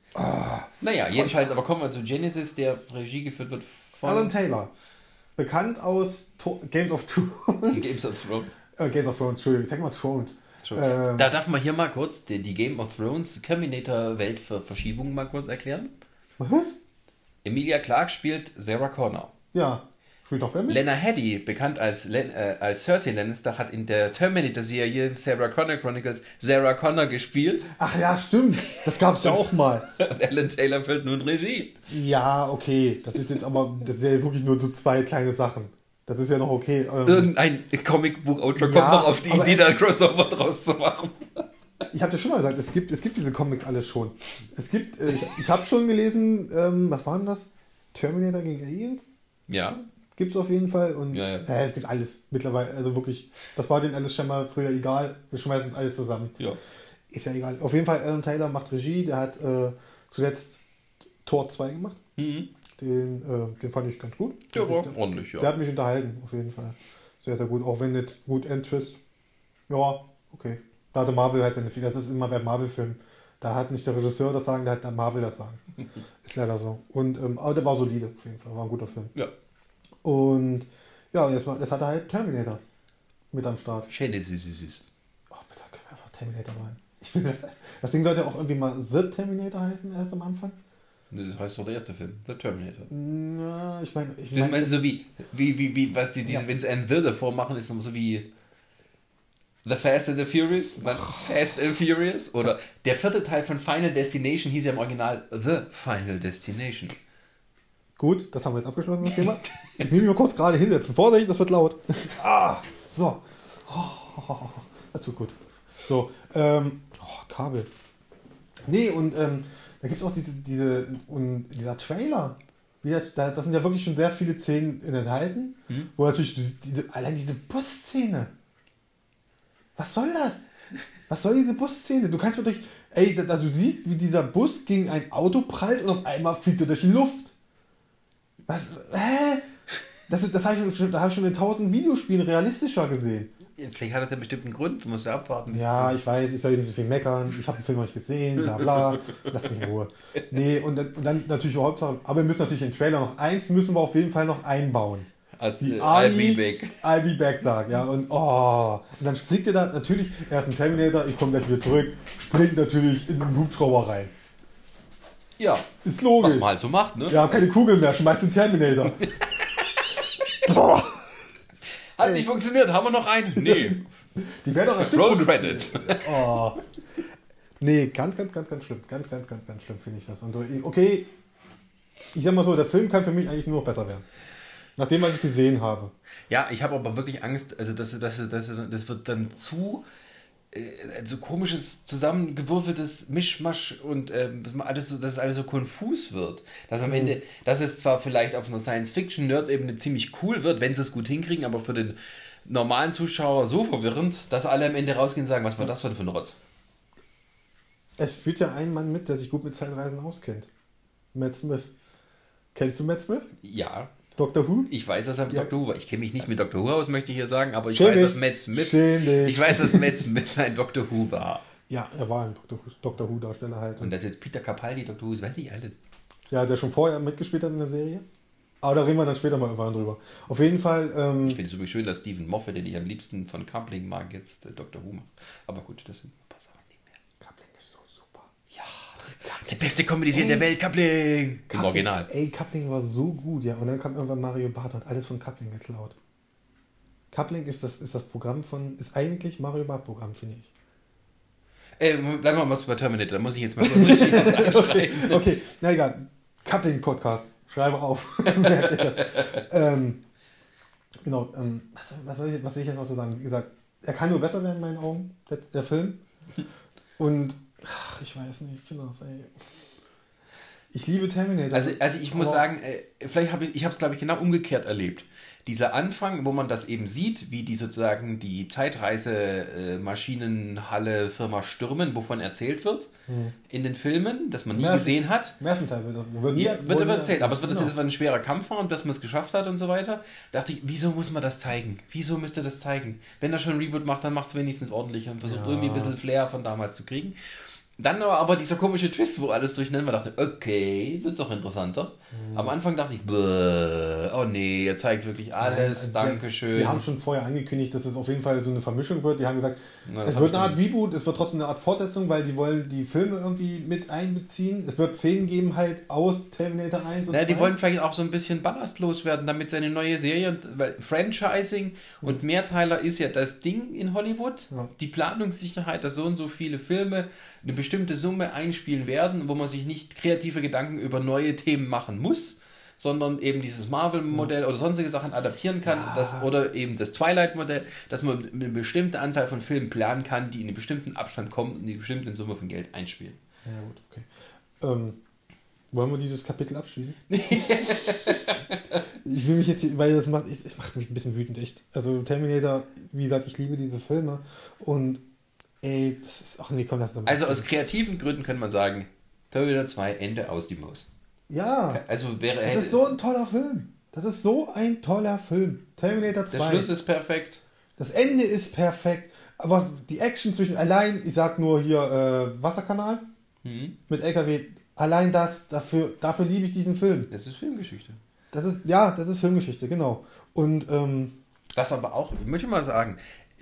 Naja, jedenfalls, aber kommen wir zu Genesis, der Regie geführt wird von Alan Taylor. Bekannt aus to- Games of Thrones. Games of Thrones. Äh, Games of Thrones, Entschuldigung, ich sag mal Thrones. Ähm, Da darf man hier mal kurz die, die Game of Thrones Terminator-Weltverschiebung mal kurz erklären. Was? Emilia Clarke spielt Sarah Connor. Ja. Spielt doch wer mit? Lena Headey, bekannt als, Len, äh, als Cersei Lannister, hat in der Terminator-Serie Sarah Connor Chronicles Sarah Connor gespielt. Ach ja, stimmt. Das gab's ja auch mal. Und Alan Taylor führt nun Regie. Ja, okay. Das ist jetzt aber, das ist ja wirklich nur so zwei kleine Sachen. Das ist ja noch okay. Ähm, Irgendein Comicbuch-Autor Ja, kommt noch auf die aber- Idee, da ein Crossover draus zu machen. Ich habe ja schon mal gesagt, es gibt, es gibt diese Comics alle schon. Es gibt, äh, ich, ich habe schon gelesen, ähm, was war denn das? Terminator gegen Aliens? Ja. Gibt's auf jeden Fall. Und Ja, ja. Äh, es gibt alles mittlerweile. Also wirklich, das war denen alles schon mal früher egal. Wir schmeißen es alles zusammen. Ja. Ist ja egal. Auf jeden Fall, Alan Taylor macht Regie. Der hat äh, zuletzt Tor zwei gemacht. Mhm. Den, äh, den fand ich ganz gut. Der war der, ordentlich, ja. der hat mich unterhalten, auf jeden Fall. Sehr, sehr gut. Auch wenn nicht gut Endtwist. Ja, okay. Da hatte Marvel halt seine Fehler. Das ist immer bei Marvel-Filmen. Da hat nicht der Regisseur das sagen, da hat der Marvel das sagen. Ist leider so. Und, ähm, aber der war solide, auf jeden Fall. War ein guter Film. Ja. Und ja, jetzt, war- jetzt hat er halt Terminator mit am Start. Genesis. Oh, bitte, können wir einfach Terminator machen. Ich will das, das Ding sollte auch irgendwie mal The Terminator heißen, erst am Anfang. Das heißt doch der erste Film, The Terminator. Na, ich meine, ich Ich meine, meine, so wie, wie, wie, wie, was die, diese, Ja. wenn sie einen The davor machen, ist so wie The Fast and the Furious, dann Fast and Furious, oder der vierte Teil von Final Destination hieß ja im Original The Final Destination. gut, das haben wir jetzt abgeschlossen, das Thema. Ich will mich mal kurz gerade hinsetzen. Vorsicht, das wird laut. Ah, so. Oh, das tut gut. So, ähm, oh, Kabel. Nee, und ähm, da gibt es auch diese, diese, und dieser Trailer. Wie das, da, das sind ja wirklich schon sehr viele Szenen enthalten, Mhm. wo natürlich diese, allein diese Busszene. Was soll das? Was soll diese Busszene? Du kannst mir durch, ey, da, da, du siehst, wie dieser Bus gegen ein Auto prallt und auf einmal fliegt er durch die Luft. Was? Hä? Das, ist- das habe ich, schon- da hab ich schon in tausend Videospielen realistischer gesehen. Vielleicht hat das ja bestimmt einen Grund, du musst ja abwarten. Ja, ich weiß, ich soll nicht so viel meckern. Ich habe den Film noch nicht gesehen, bla bla. Lass mich in Ruhe. Nee, und dann, und dann natürlich Hauptsache, aber wir müssen natürlich den Trailer noch, eins müssen wir auf jeden Fall noch einbauen. Also, Die äh, Ali, I'll be back. I'll be back sagt, ja. Und, oh, und dann springt er da, natürlich, er ist ein Terminator, ich komme gleich wieder zurück, springt natürlich in den Hubschrauber rein. Ja, Ist logisch. was man halt so macht, ne? Ja, keine Kugeln mehr, schmeißt den Terminator. Boah. Hat nicht funktioniert, haben wir noch einen? Nee. Die werden doch ein Stück Roll produziert. Credits. Oh. Nee, ganz, ganz, ganz, ganz schlimm. Ganz, ganz, ganz, ganz schlimm finde ich das. Und okay, ich sag mal so, der Film kann für mich eigentlich nur noch besser werden. Nach dem, was ich gesehen habe. Ja, ich habe aber wirklich Angst, also das, das, das, das wird dann zu äh, so komisches, zusammengewürfeltes Mischmasch und ähm, dass man alles so, dass es alles so konfus wird. Dass am Mhm. Ende, dass es zwar vielleicht auf einer Science-Fiction-Nerd-Ebene ziemlich cool wird, wenn sie es gut hinkriegen, aber für den normalen Zuschauer so verwirrend, dass alle am Ende rausgehen und sagen, was war das denn für ein Rotz? Es spielt ja ein Mann mit, der sich gut mit Zeitreisen auskennt. Matt Smith. Kennst du Matt Smith? Ja, Doctor Who? ich weiß, dass er mit Ja. Doktor Who war. Ich kenne mich nicht mit Doktor Who aus, möchte ich hier sagen, aber ich Schäm weiß, dich. dass Matt Smith, Schäm dich. ich weiß, dass Matt Smith ein Doktor Who war. Ja, er war ein Doctor Who, Doctor Who Darsteller halt. Und dass jetzt Peter Capaldi Doktor Who ist, weiß ich alles. Ja, der schon vorher mitgespielt hat in der Serie. Aber da reden wir dann später mal irgendwann drüber. Auf jeden Fall, ähm, Ich finde es übrigens schön, dass Stephen Moffat, den ich am liebsten von Coupling mag, jetzt äh, Doktor Who macht. Aber gut, das sind ein paar Sachen nicht mehr. Coupling ist so super. Ja, die beste Comedy-Serie der Welt, Coupling! Im Coupling, Original. Ey, Coupling war so gut, ja. Und dann kam irgendwann Mario Barth und hat alles von Coupling geklaut. Coupling ist das, ist das Programm von, ist eigentlich Mario Barth Programm, finde ich. Äh, bleiben wir mal bei Terminator, da muss ich jetzt mal kurz richtig was anschreiben. Okay, na egal. Coupling Podcast. Schreibe auf. Merkt ihr das? ähm, genau, ähm, was, was, soll ich, was will ich jetzt noch so sagen? Wie gesagt, er kann nur besser werden in meinen Augen, der, der Film. Und, ach, ich weiß nicht, Kinders, ey. Ich liebe Terminator. Also, also ich muss Aber- sagen, äh, vielleicht habe ich, ich habe es glaube ich genau umgekehrt erlebt. dieser Anfang, wo man das eben sieht, wie die sozusagen die Zeitreise-Maschinenhalle Firma stürmen, wovon erzählt wird hm. in den Filmen, das man nie Im gesehen hat. Im ersten Teil wird, wird, nie, ja, wird, wird erzählt, aber es wird genau. erzählt, dass es ein schwerer Kampf war und dass man es geschafft hat und so weiter. Da dachte ich, wieso muss man das zeigen? Wieso müsste das zeigen? Wenn er schon ein Reboot macht, dann macht es wenigstens ordentlich und versucht ja. irgendwie ein bisschen Flair von damals zu kriegen. Dann aber, aber dieser komische Twist, wo alles durcheinander war, dachte okay, wird doch interessanter. Mhm. Am Anfang dachte ich, oh nee, ihr zeigt wirklich alles, Nein, Dankeschön. Die, die haben schon vorher angekündigt, dass es auf jeden Fall so eine Vermischung wird. Die haben gesagt, Na, es wird eine Art Reboot, es wird trotzdem eine Art Fortsetzung, weil die wollen die Filme irgendwie mit einbeziehen. Es wird Szenen geben halt aus Terminator eins und Na, zwei. Die wollen vielleicht auch so ein bisschen ballastlos werden, damit seine neue Serie, weil Franchising mhm. und Mehrteiler ist ja das Ding in Hollywood. Ja. Die Planungssicherheit, dass so und so viele Filme eine bestimmte Summe einspielen werden, wo man sich nicht kreative Gedanken über neue Themen machen muss, sondern eben dieses Marvel-Modell ja. oder sonstige Sachen adaptieren kann, ja. das, oder eben das Twilight-Modell, dass man eine bestimmte Anzahl von Filmen planen kann, die in einen bestimmten Abstand kommen und eine bestimmte Summe von Geld einspielen. Ja gut, okay. Ähm, wollen wir dieses Kapitel abschließen? Ich will mich jetzt hier, weil das macht, es macht mich ein bisschen wütend, echt. Also Terminator, wie gesagt, ich liebe diese Filme und ey, das ist, ach nee, komm, lass es mal. Also aus kreativen Gründen könnte man sagen, Terminator zwei, Ende aus die Maus. Ja, also wäre, das ist so ein toller Film. Das ist so ein toller Film. Terminator zwei. Der Schluss ist perfekt. Das Ende ist perfekt. Aber die Action zwischen, allein, ich sag nur hier, äh, Wasserkanal mhm. mit L K W, allein das, dafür, dafür liebe ich diesen Film. Das ist Filmgeschichte. Das ist, ja, das ist Filmgeschichte, genau. Und, ähm, was aber auch, ich möchte mal sagen,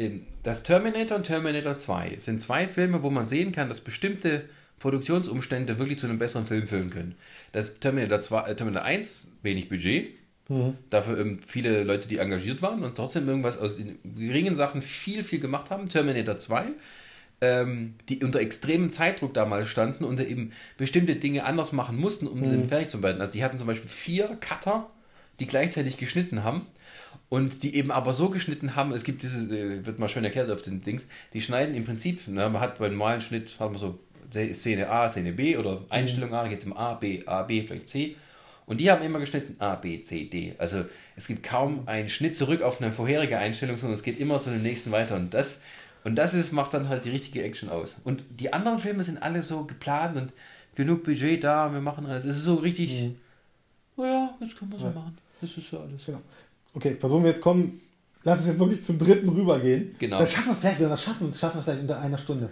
das Terminator und Terminator zwei sind zwei Filme, wo man sehen kann, dass bestimmte Produktionsumstände wirklich zu einem besseren Film führen können. Das Terminator zwei, äh, Terminator eins, wenig Budget, mhm. dafür ähm, viele Leute, die engagiert waren und trotzdem irgendwas aus den geringen Sachen viel, viel gemacht haben. Terminator zwei, ähm, die unter extremem Zeitdruck damals standen und eben bestimmte Dinge anders machen mussten, um mhm. den fertig zu werden. Also die hatten zum Beispiel vier Cutter, die gleichzeitig geschnitten haben. Und die eben aber so geschnitten haben, es gibt diese, wird mal schön erklärt auf den Dings, die schneiden im Prinzip, ne, man hat beim normalen Schnitt, hat man so Szene A, Szene B oder Einstellung A, da geht es um A, B, A, B, vielleicht C. Und die haben immer geschnitten A, B, C, D. Also es gibt kaum einen Schnitt zurück auf eine vorherige Einstellung, sondern es geht immer zu dem nächsten weiter. Und das, und das ist, macht dann halt die richtige Action aus. Und die anderen Filme sind alle so geplant und genug Budget da, wir machen alles. Es ist so richtig, mhm. oh ja, jetzt können wir es ja machen. Das ist so alles. Genau. Okay, versuchen wir jetzt kommen. Lass uns jetzt wirklich zum dritten rübergehen. Genau. Das schaffen wir vielleicht, wenn wir das schaffen, das schaffen wir vielleicht unter einer Stunde.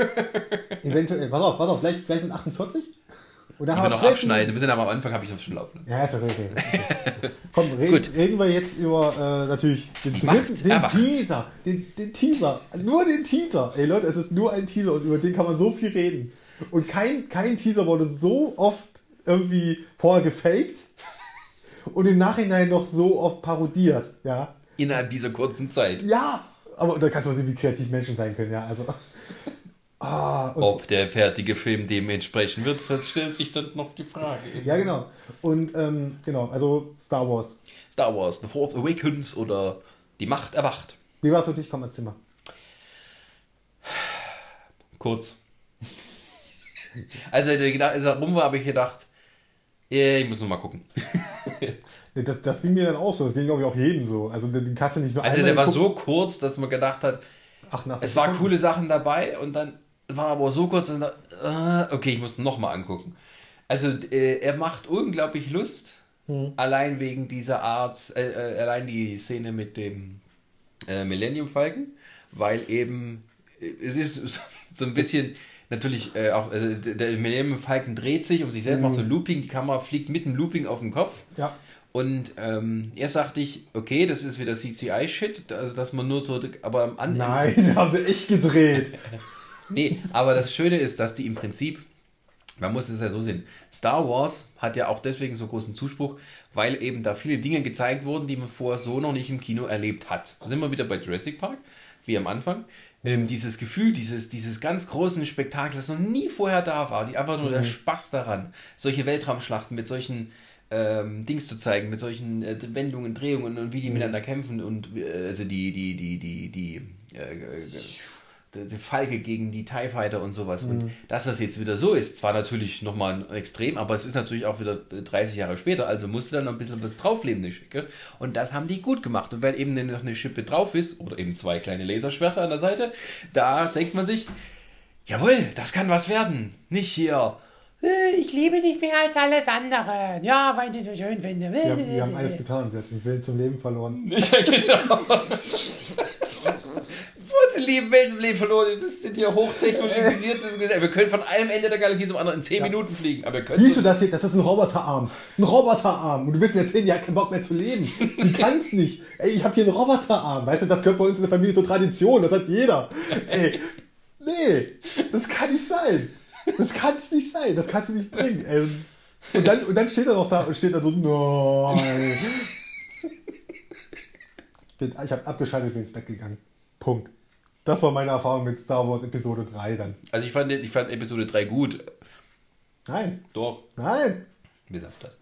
Eventuell. Pass auf, pass auf, gleich, gleich sind achtundvierzig. Und dann ich haben wir noch abschneiden. Wir sind aber am Anfang, habe ich das schon laufen. Ja, ist okay. okay, okay. Komm, reden, reden wir jetzt über äh, natürlich den dritten, den erwacht. Teaser. Den, den Teaser. Nur den Teaser. Ey Leute, es ist nur ein Teaser und über den kann man so viel reden. Und kein, kein Teaser wurde so oft irgendwie vorher gefaked. Und im Nachhinein noch so oft parodiert, ja. Innerhalb dieser kurzen Zeit. Ja, aber da kannst du mal sehen, wie kreativ Menschen sein können, ja. Also, ah, ob der fertige Film dem entsprechen wird, stellt sich dann noch die Frage. Ja, genau. Und ähm, genau, also Star Wars. Star Wars, The Force Awakens oder Die Macht erwacht. Wie war es für dich? Komm ins Zimmer. Kurz. Als er, als er rum war, habe ich gedacht, ich muss noch mal gucken. Das, das ging mir dann auch so. Das ging, glaube ich, auch jedem so. Also den kannst du nicht nur Also der war so kurz, dass man gedacht hat, Ach, nach es waren coole Sachen dabei und dann war aber so kurz, und dann, okay, ich muss noch mal angucken. Also äh, er macht unglaublich Lust, hm. allein wegen dieser Art, äh, äh, allein die Szene mit dem äh, Millennium Falcon, weil eben äh, es ist so ein bisschen natürlich äh, auch, also der Millennium Falcon dreht sich um sich selbst, mhm. macht so ein Looping, die Kamera fliegt mit dem Looping auf den Kopf. Ja. Und ähm, erst sagte ich, okay, das ist wieder C G I-Shit, also dass man nur so, aber am Anfang... Nein, haben sie echt gedreht. Nee, aber das Schöne ist, dass die im Prinzip, man muss es ja so sehen, Star Wars hat ja auch deswegen so großen Zuspruch, weil eben da viele Dinge gezeigt wurden, die man vorher so noch nicht im Kino erlebt hat. Da sind wir wieder bei Jurassic Park, wie am Anfang. Ähm, dieses Gefühl, dieses, dieses ganz großen Spektakel, das noch nie vorher da war, die einfach nur mhm. der Spaß daran, solche Weltraumschlachten mit solchen ähm, Dings zu zeigen, mit solchen äh, Wendungen, Drehungen und wie die mhm. miteinander kämpfen und äh, also die, die, die, die, die, äh, die Falke gegen die TIE Fighter und sowas. Mhm. Und dass das jetzt wieder so ist, zwar natürlich nochmal extrem, aber es ist natürlich auch wieder dreißig Jahre später, also musste dann noch ein bisschen was draufleben, eine Schicke. Und das haben die gut gemacht. Und weil eben noch eine Schippe drauf ist, oder eben zwei kleine Laserschwerter an der Seite, da denkt man sich, jawohl, das kann was werden. Nicht hier, ich liebe dich mehr als alles andere. Ja, weil ich dich so schön finde. Wir haben, wir haben alles getan, sie hat den Willen zum Leben verloren. Ja, genau. Sie lieben Welt zum Leben verloren. Das sind hier hochtechnologisierte Gesellschaft. Wir können von einem Ende der Galaxie zum anderen in zehn ja. Minuten fliegen. Aber wir können Siehst du das hier? Das ist ein Roboterarm. Ein Roboterarm. Und du willst mir erzählen, die hat keinen Bock mehr zu leben. Die kann's nicht. Ey, ich habe hier einen Roboterarm. Weißt du, das gehört bei uns in der Familie zur Tradition. Das hat jeder. Ey, nee, das kann nicht sein. Das kann's nicht sein. Das kannst du nicht bringen. Ey. Und dann, und dann steht er noch da und steht da so, nein. Ich habe abgeschaltet und bin ins Bett gegangen. Punkt. Das war meine Erfahrung mit Star Wars Episode drei dann. Also ich fand, ich fand Episode drei gut. Nein. Doch. Nein. Bis auf das.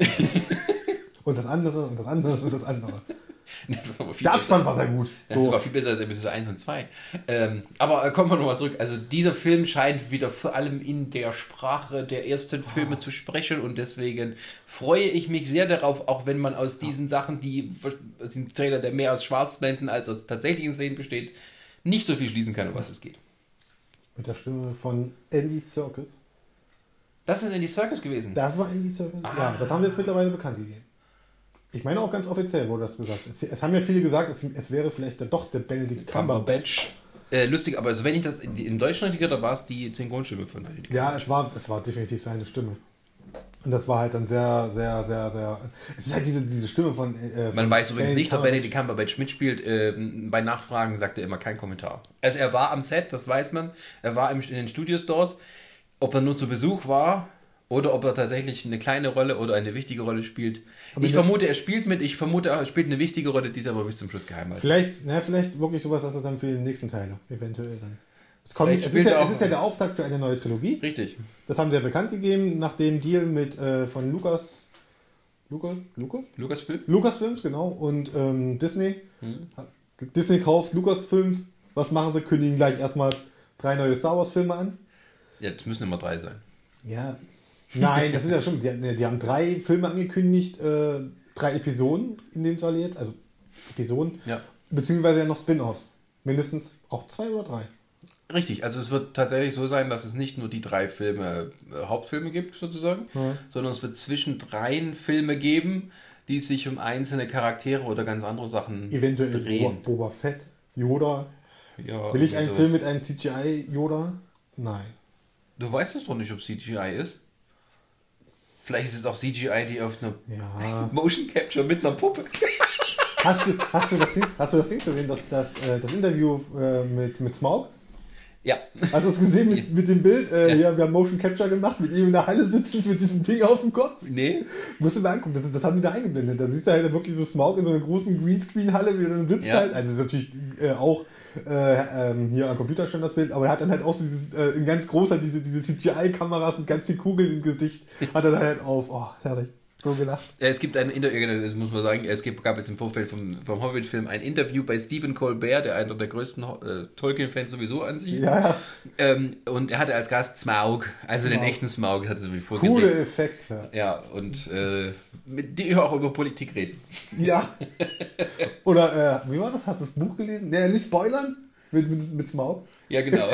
Und das andere und das andere und das andere. Der Abspann war sehr gut. Das so. war viel besser als Episode eins und zwei. Ähm, aber kommen wir nochmal zurück. Also dieser Film scheint wieder vor allem in der Sprache der ersten Filme oh. zu sprechen und deswegen freue ich mich sehr darauf, auch wenn man aus diesen Sachen, die aus dem Trailer, der mehr aus Schwarzblenden als aus tatsächlichen Szenen besteht, nicht so viel schließen kann, um was es geht. Mit der Stimme von Andy Serkis. Das ist Andy Serkis gewesen? Das war Andy Serkis. Ah. Ja, das haben wir jetzt mittlerweile bekannt gegeben. Ich meine auch ganz offiziell wurde das gesagt. Es, es haben ja viele gesagt, es, es wäre vielleicht dann doch der Benedict Cumberbatch. Äh, lustig, aber also wenn ich das in, in Deutschland hatte, da war es die Synchronstimme von Benedict Cumberbatch. Ja, es war, es war definitiv seine Stimme. Und das war halt dann sehr, sehr, sehr, sehr... Es ist halt diese, diese Stimme von... Äh, von Man weiß übrigens nicht, ob Benedict Cumberbatch mitspielt. Äh, bei Nachfragen sagt er immer kein Kommentar. Also er war am Set, das weiß man. Er war im, in den Studios dort. Ob er nur zu Besuch war oder ob er tatsächlich eine kleine Rolle oder eine wichtige Rolle spielt. Aber ich vermute, er spielt mit. Ich vermute, er spielt eine wichtige Rolle, die ist aber bis zum Schluss geheim halten. Vielleicht, na, vielleicht wirklich sowas, dass er dann für die nächsten Teile eventuell dann... Es, kommt, es, ist ja, es ist ja der Auftakt für eine neue Trilogie. Richtig. Das haben sie ja bekannt gegeben, nach dem Deal mit äh, von Lucas. Lucas? Lucas? Lucasfilm? Lucasfilms, genau. Und ähm, Disney. Hm. Disney kauft Lucasfilms. Was machen sie? Kündigen gleich erstmal drei neue Star Wars Filme an. Ja, das müssen immer drei sein. Ja. Nein, das ist ja schon. Die, die haben drei Filme angekündigt, äh, drei Episoden in dem Fall jetzt. Also Episoden. Ja. Beziehungsweise ja noch Spin-Offs. Mindestens auch zwei oder drei. Richtig, also es wird tatsächlich so sein, dass es nicht nur die drei Filme, äh, Hauptfilme gibt sozusagen, ja. sondern es wird zwischen dreien Filme geben, die sich um einzelne Charaktere oder ganz andere Sachen eventuell drehen. Boba Fett, Yoda. Ja, Will ich einen sowas. Film mit einem C G I-Yoda? Nein. Du weißt es doch nicht, ob C G I ist. Vielleicht ist es auch C G I, die auf einer ja. Motion Capture mit einer Puppe. Hast du, hast du das Ding, hast du das Ding gesehen, das, das, das Interview äh, mit, mit Smaug? Ja. Hast du es gesehen mit, mit dem Bild? Äh, ja. ja, wir haben Motion Capture gemacht, mit ihm in der Halle sitzend mit diesem Ding auf dem Kopf. Nee. Musst du mal angucken, das, das haben die da eingeblendet. Da siehst du halt wirklich so Smaug in so einer großen Greenscreen-Halle, wie er dann sitzt ja. halt. Also das ist natürlich äh, auch äh, ähm, hier am Computer schon das Bild, aber er hat dann halt auch so dieses, äh, in ganz großer, diese, diese C G I-Kameras mit ganz viel Kugeln im Gesicht, hat er dann halt auf. Oh, herrlich. So gelacht. Es gibt ein Interview, das muss man sagen, es gibt, gab jetzt im Vorfeld vom, vom Hobbit-Film ein Interview bei Stephen Colbert, der einer der größten äh, Tolkien-Fans sowieso an sich. Ja, ja. Ähm, und er hatte als Gast Smaug, also Smaug. Den echten Smaug, hat er mir vorgelegt. Coole Effekte. Ja, und äh, mit die auch über Politik reden. Ja. Oder, äh, wie war das? Hast du das Buch gelesen? Ja, nicht spoilern mit, mit, mit Smaug. Ja, genau.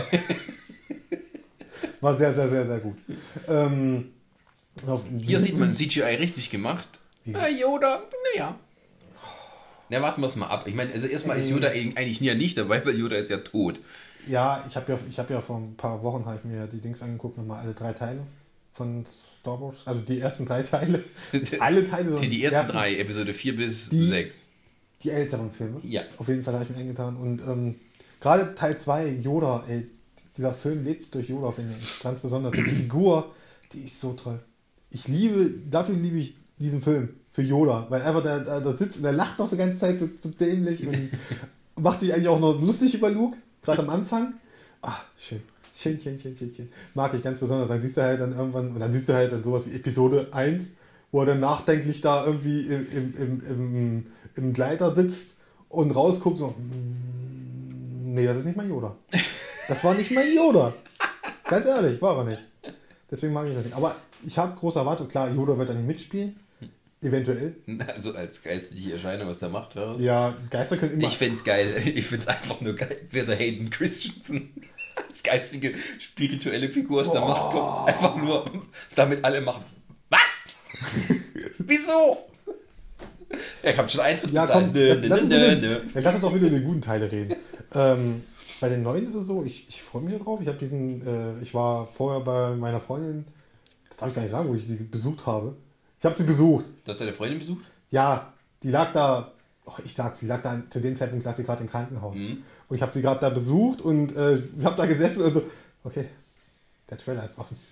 War sehr, sehr, sehr, sehr gut. Ähm, Hier sieht man C G I richtig gemacht. Äh, Yoda, naja. Na, warten wir es mal ab. Ich meine, also erstmal ist Yoda eigentlich nie nicht dabei, weil Yoda ist ja tot. Ja, ich habe ja, ich hab ja vor ein paar Wochen habe ich mir die Dings angeguckt, nochmal alle drei Teile von Star Wars. Also die ersten drei Teile. Alle Teile. Die, die ersten, ersten drei, Episode vier bis sechs. Die älteren Filme. Ja. Auf jeden Fall habe ich mir eingetan. Und ähm, gerade Teil zwei, Yoda, ey, dieser Film lebt durch Yoda, finde ich. Ganz besonders. Die Figur, die ist so toll. Ich liebe, dafür liebe ich diesen Film, für Yoda, weil einfach der, der, der sitzt und der lacht noch die ganze Zeit so, so dämlich und macht sich eigentlich auch noch lustig über Luke, gerade am Anfang. Ah, schön. Schön, schön, schön, schön, schön. Mag ich ganz besonders. Dann siehst du halt dann irgendwann, und dann siehst du halt dann sowas wie Episode eins, wo er dann nachdenklich da irgendwie im, im, im, im, im Gleiter sitzt und rausguckt so, nee, das ist nicht mein Yoda. Das war nicht mein Yoda. Ganz ehrlich, war er nicht. Deswegen mag ich das nicht. Aber ich habe große Erwartungen. Klar, Yoda wird da nicht mitspielen. Eventuell. Also als geistige Erscheinung aus der Macht heraus. Ja, Geister können immer... Ich find's geil. Ich find's einfach nur geil, wer der Hayden Christensen als geistige, spirituelle Figur aus der Macht kommt. Einfach nur, damit alle machen. Was? Wieso? Ja, ich hab schon Eintritt Ja, komm, nö, lass, nö, lass, uns nö, wieder, nö. ja, lass uns auch wieder über die guten Teile reden. ähm, bei den neuen ist es so, ich, ich freue mich drauf. Ich habe diesen, äh, ich war vorher bei meiner Freundin, das darf ich gar nicht sagen, wo ich sie besucht habe. Ich habe sie besucht. Du hast deine Freundin besucht? Ja, die lag da, oh, ich sag's, die lag da zu dem Zeitpunkt, lag sie gerade im Krankenhaus. Mhm. Und ich habe sie gerade da besucht und äh, ich habe da gesessen und so, okay, der Trailer ist offen.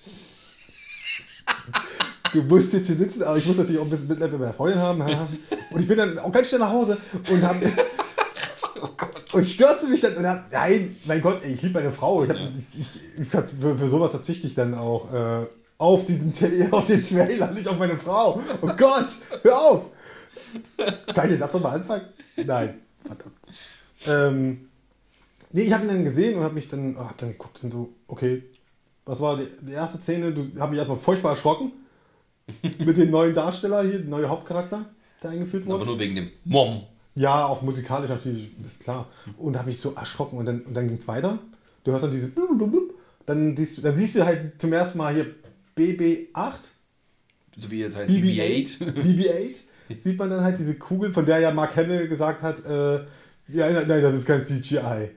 Du musst jetzt hier sitzen, aber ich muss natürlich auch ein bisschen Mitleid mit meiner Freundin haben. Und ich bin dann auch ganz schnell nach Hause und hab, oh und stürzte mich dann und hab, nein, mein Gott, ey, ich liebe meine Frau. Ich hab, ja. ich, ich, für, für sowas verzichte ich dann auch äh, auf, diesen, auf den Trailer, nicht auf meine Frau. Oh Gott, hör auf! Kann ich den Satz nochmal anfangen? Nein, verdammt. Ähm, nee, ich habe ihn dann gesehen und habe mich dann, hab dann geguckt und so, okay, was war die, die erste Szene? Du hast mich erstmal furchtbar erschrocken. Mit dem neuen Darsteller hier, dem neuen Hauptcharakter, der eingeführt wurde. Aber nur wegen dem Mom. Ja, auch musikalisch natürlich, ist klar. Und da habe ich so erschrocken und dann, und dann ging es weiter. Du hörst dann diese... Dann siehst, du, dann siehst du halt zum ersten Mal hier B B acht. So wie jetzt heißt B B acht. B B acht. Sieht man dann halt diese Kugel, von der ja Mark Hamill gesagt hat, äh, ja, nein, das ist kein C G I.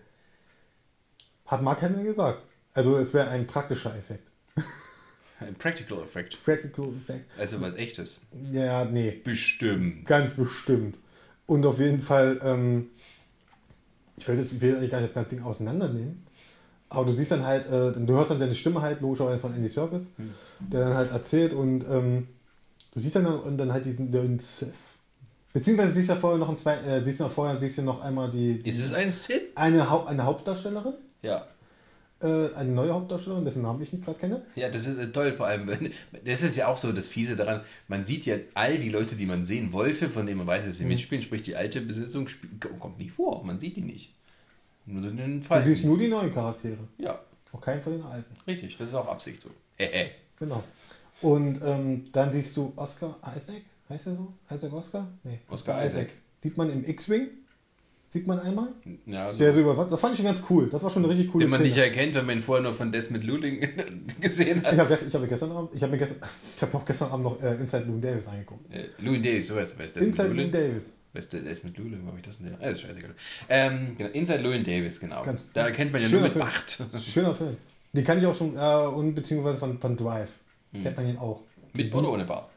Hat Mark Hamill gesagt. Also es wäre ein praktischer Effekt. Ein Practical Effect. Practical Effect. Also was echtes. Ja, nee. Bestimmt. Ganz bestimmt. Und auf jeden Fall, ähm, ich will jetzt, ich will eigentlich gar nicht das ganze Ding auseinandernehmen, aber du siehst dann halt, äh, du hörst dann deine Stimme halt, logischerweise von Andy Serkis, hm. der dann halt erzählt und ähm, du siehst dann, und dann halt diesen, den Sith. Beziehungsweise du siehst ja vorher noch ein zwei, äh, siehst du noch vorher, siehst du noch einmal die... die ist es ein Sith? Eine, Haupt, eine Hauptdarstellerin. Ja. Eine neue Hauptdarstellerin, dessen Namen ich nicht gerade kenne. Ja, das ist toll, vor allem, das ist ja auch so das Fiese daran, man sieht ja all die Leute, die man sehen wollte, von denen man weiß, dass sie mhm. mitspielen, sprich die alte Besetzung, kommt nicht vor, man sieht die nicht. Nur den du siehst nur die neuen Charaktere. Ja. Auch keinen von den alten. Richtig, das ist auch Absicht so. Genau. Und ähm, dann siehst du Oscar Isaac, heißt er so? Isaac Oscar? Nee. Oscar, Oscar Isaac. Isaac. Sieht man im X-Wing. Sieht man einmal? Ja, so. Der so über, das fand ich schon ganz cool. Das war schon eine richtig coole Den man Szene. nicht erkennt, wenn man ihn vorher nur von Desmond Luling gesehen hat. Ich habe gestern, ich hab gestern Abend, ich habe mir gestern, ich habe auch gestern Abend noch äh, Inside Llewyn Davis angeguckt. Äh, Llewyn Davis, so heißt es. Inside Llewyn Davis. Wer ist Desmond Luling? Habe ich das denn? Ah, ist scheißegal. Ähm, genau, Inside Llewyn Davis, genau. Ganz da erkennt man ja nur mit Film. acht. Schöner Film. Den kann ich auch schon, äh, und beziehungsweise von, von Drive. Hm. Kennt man ihn auch. Mit oder ohne Bart?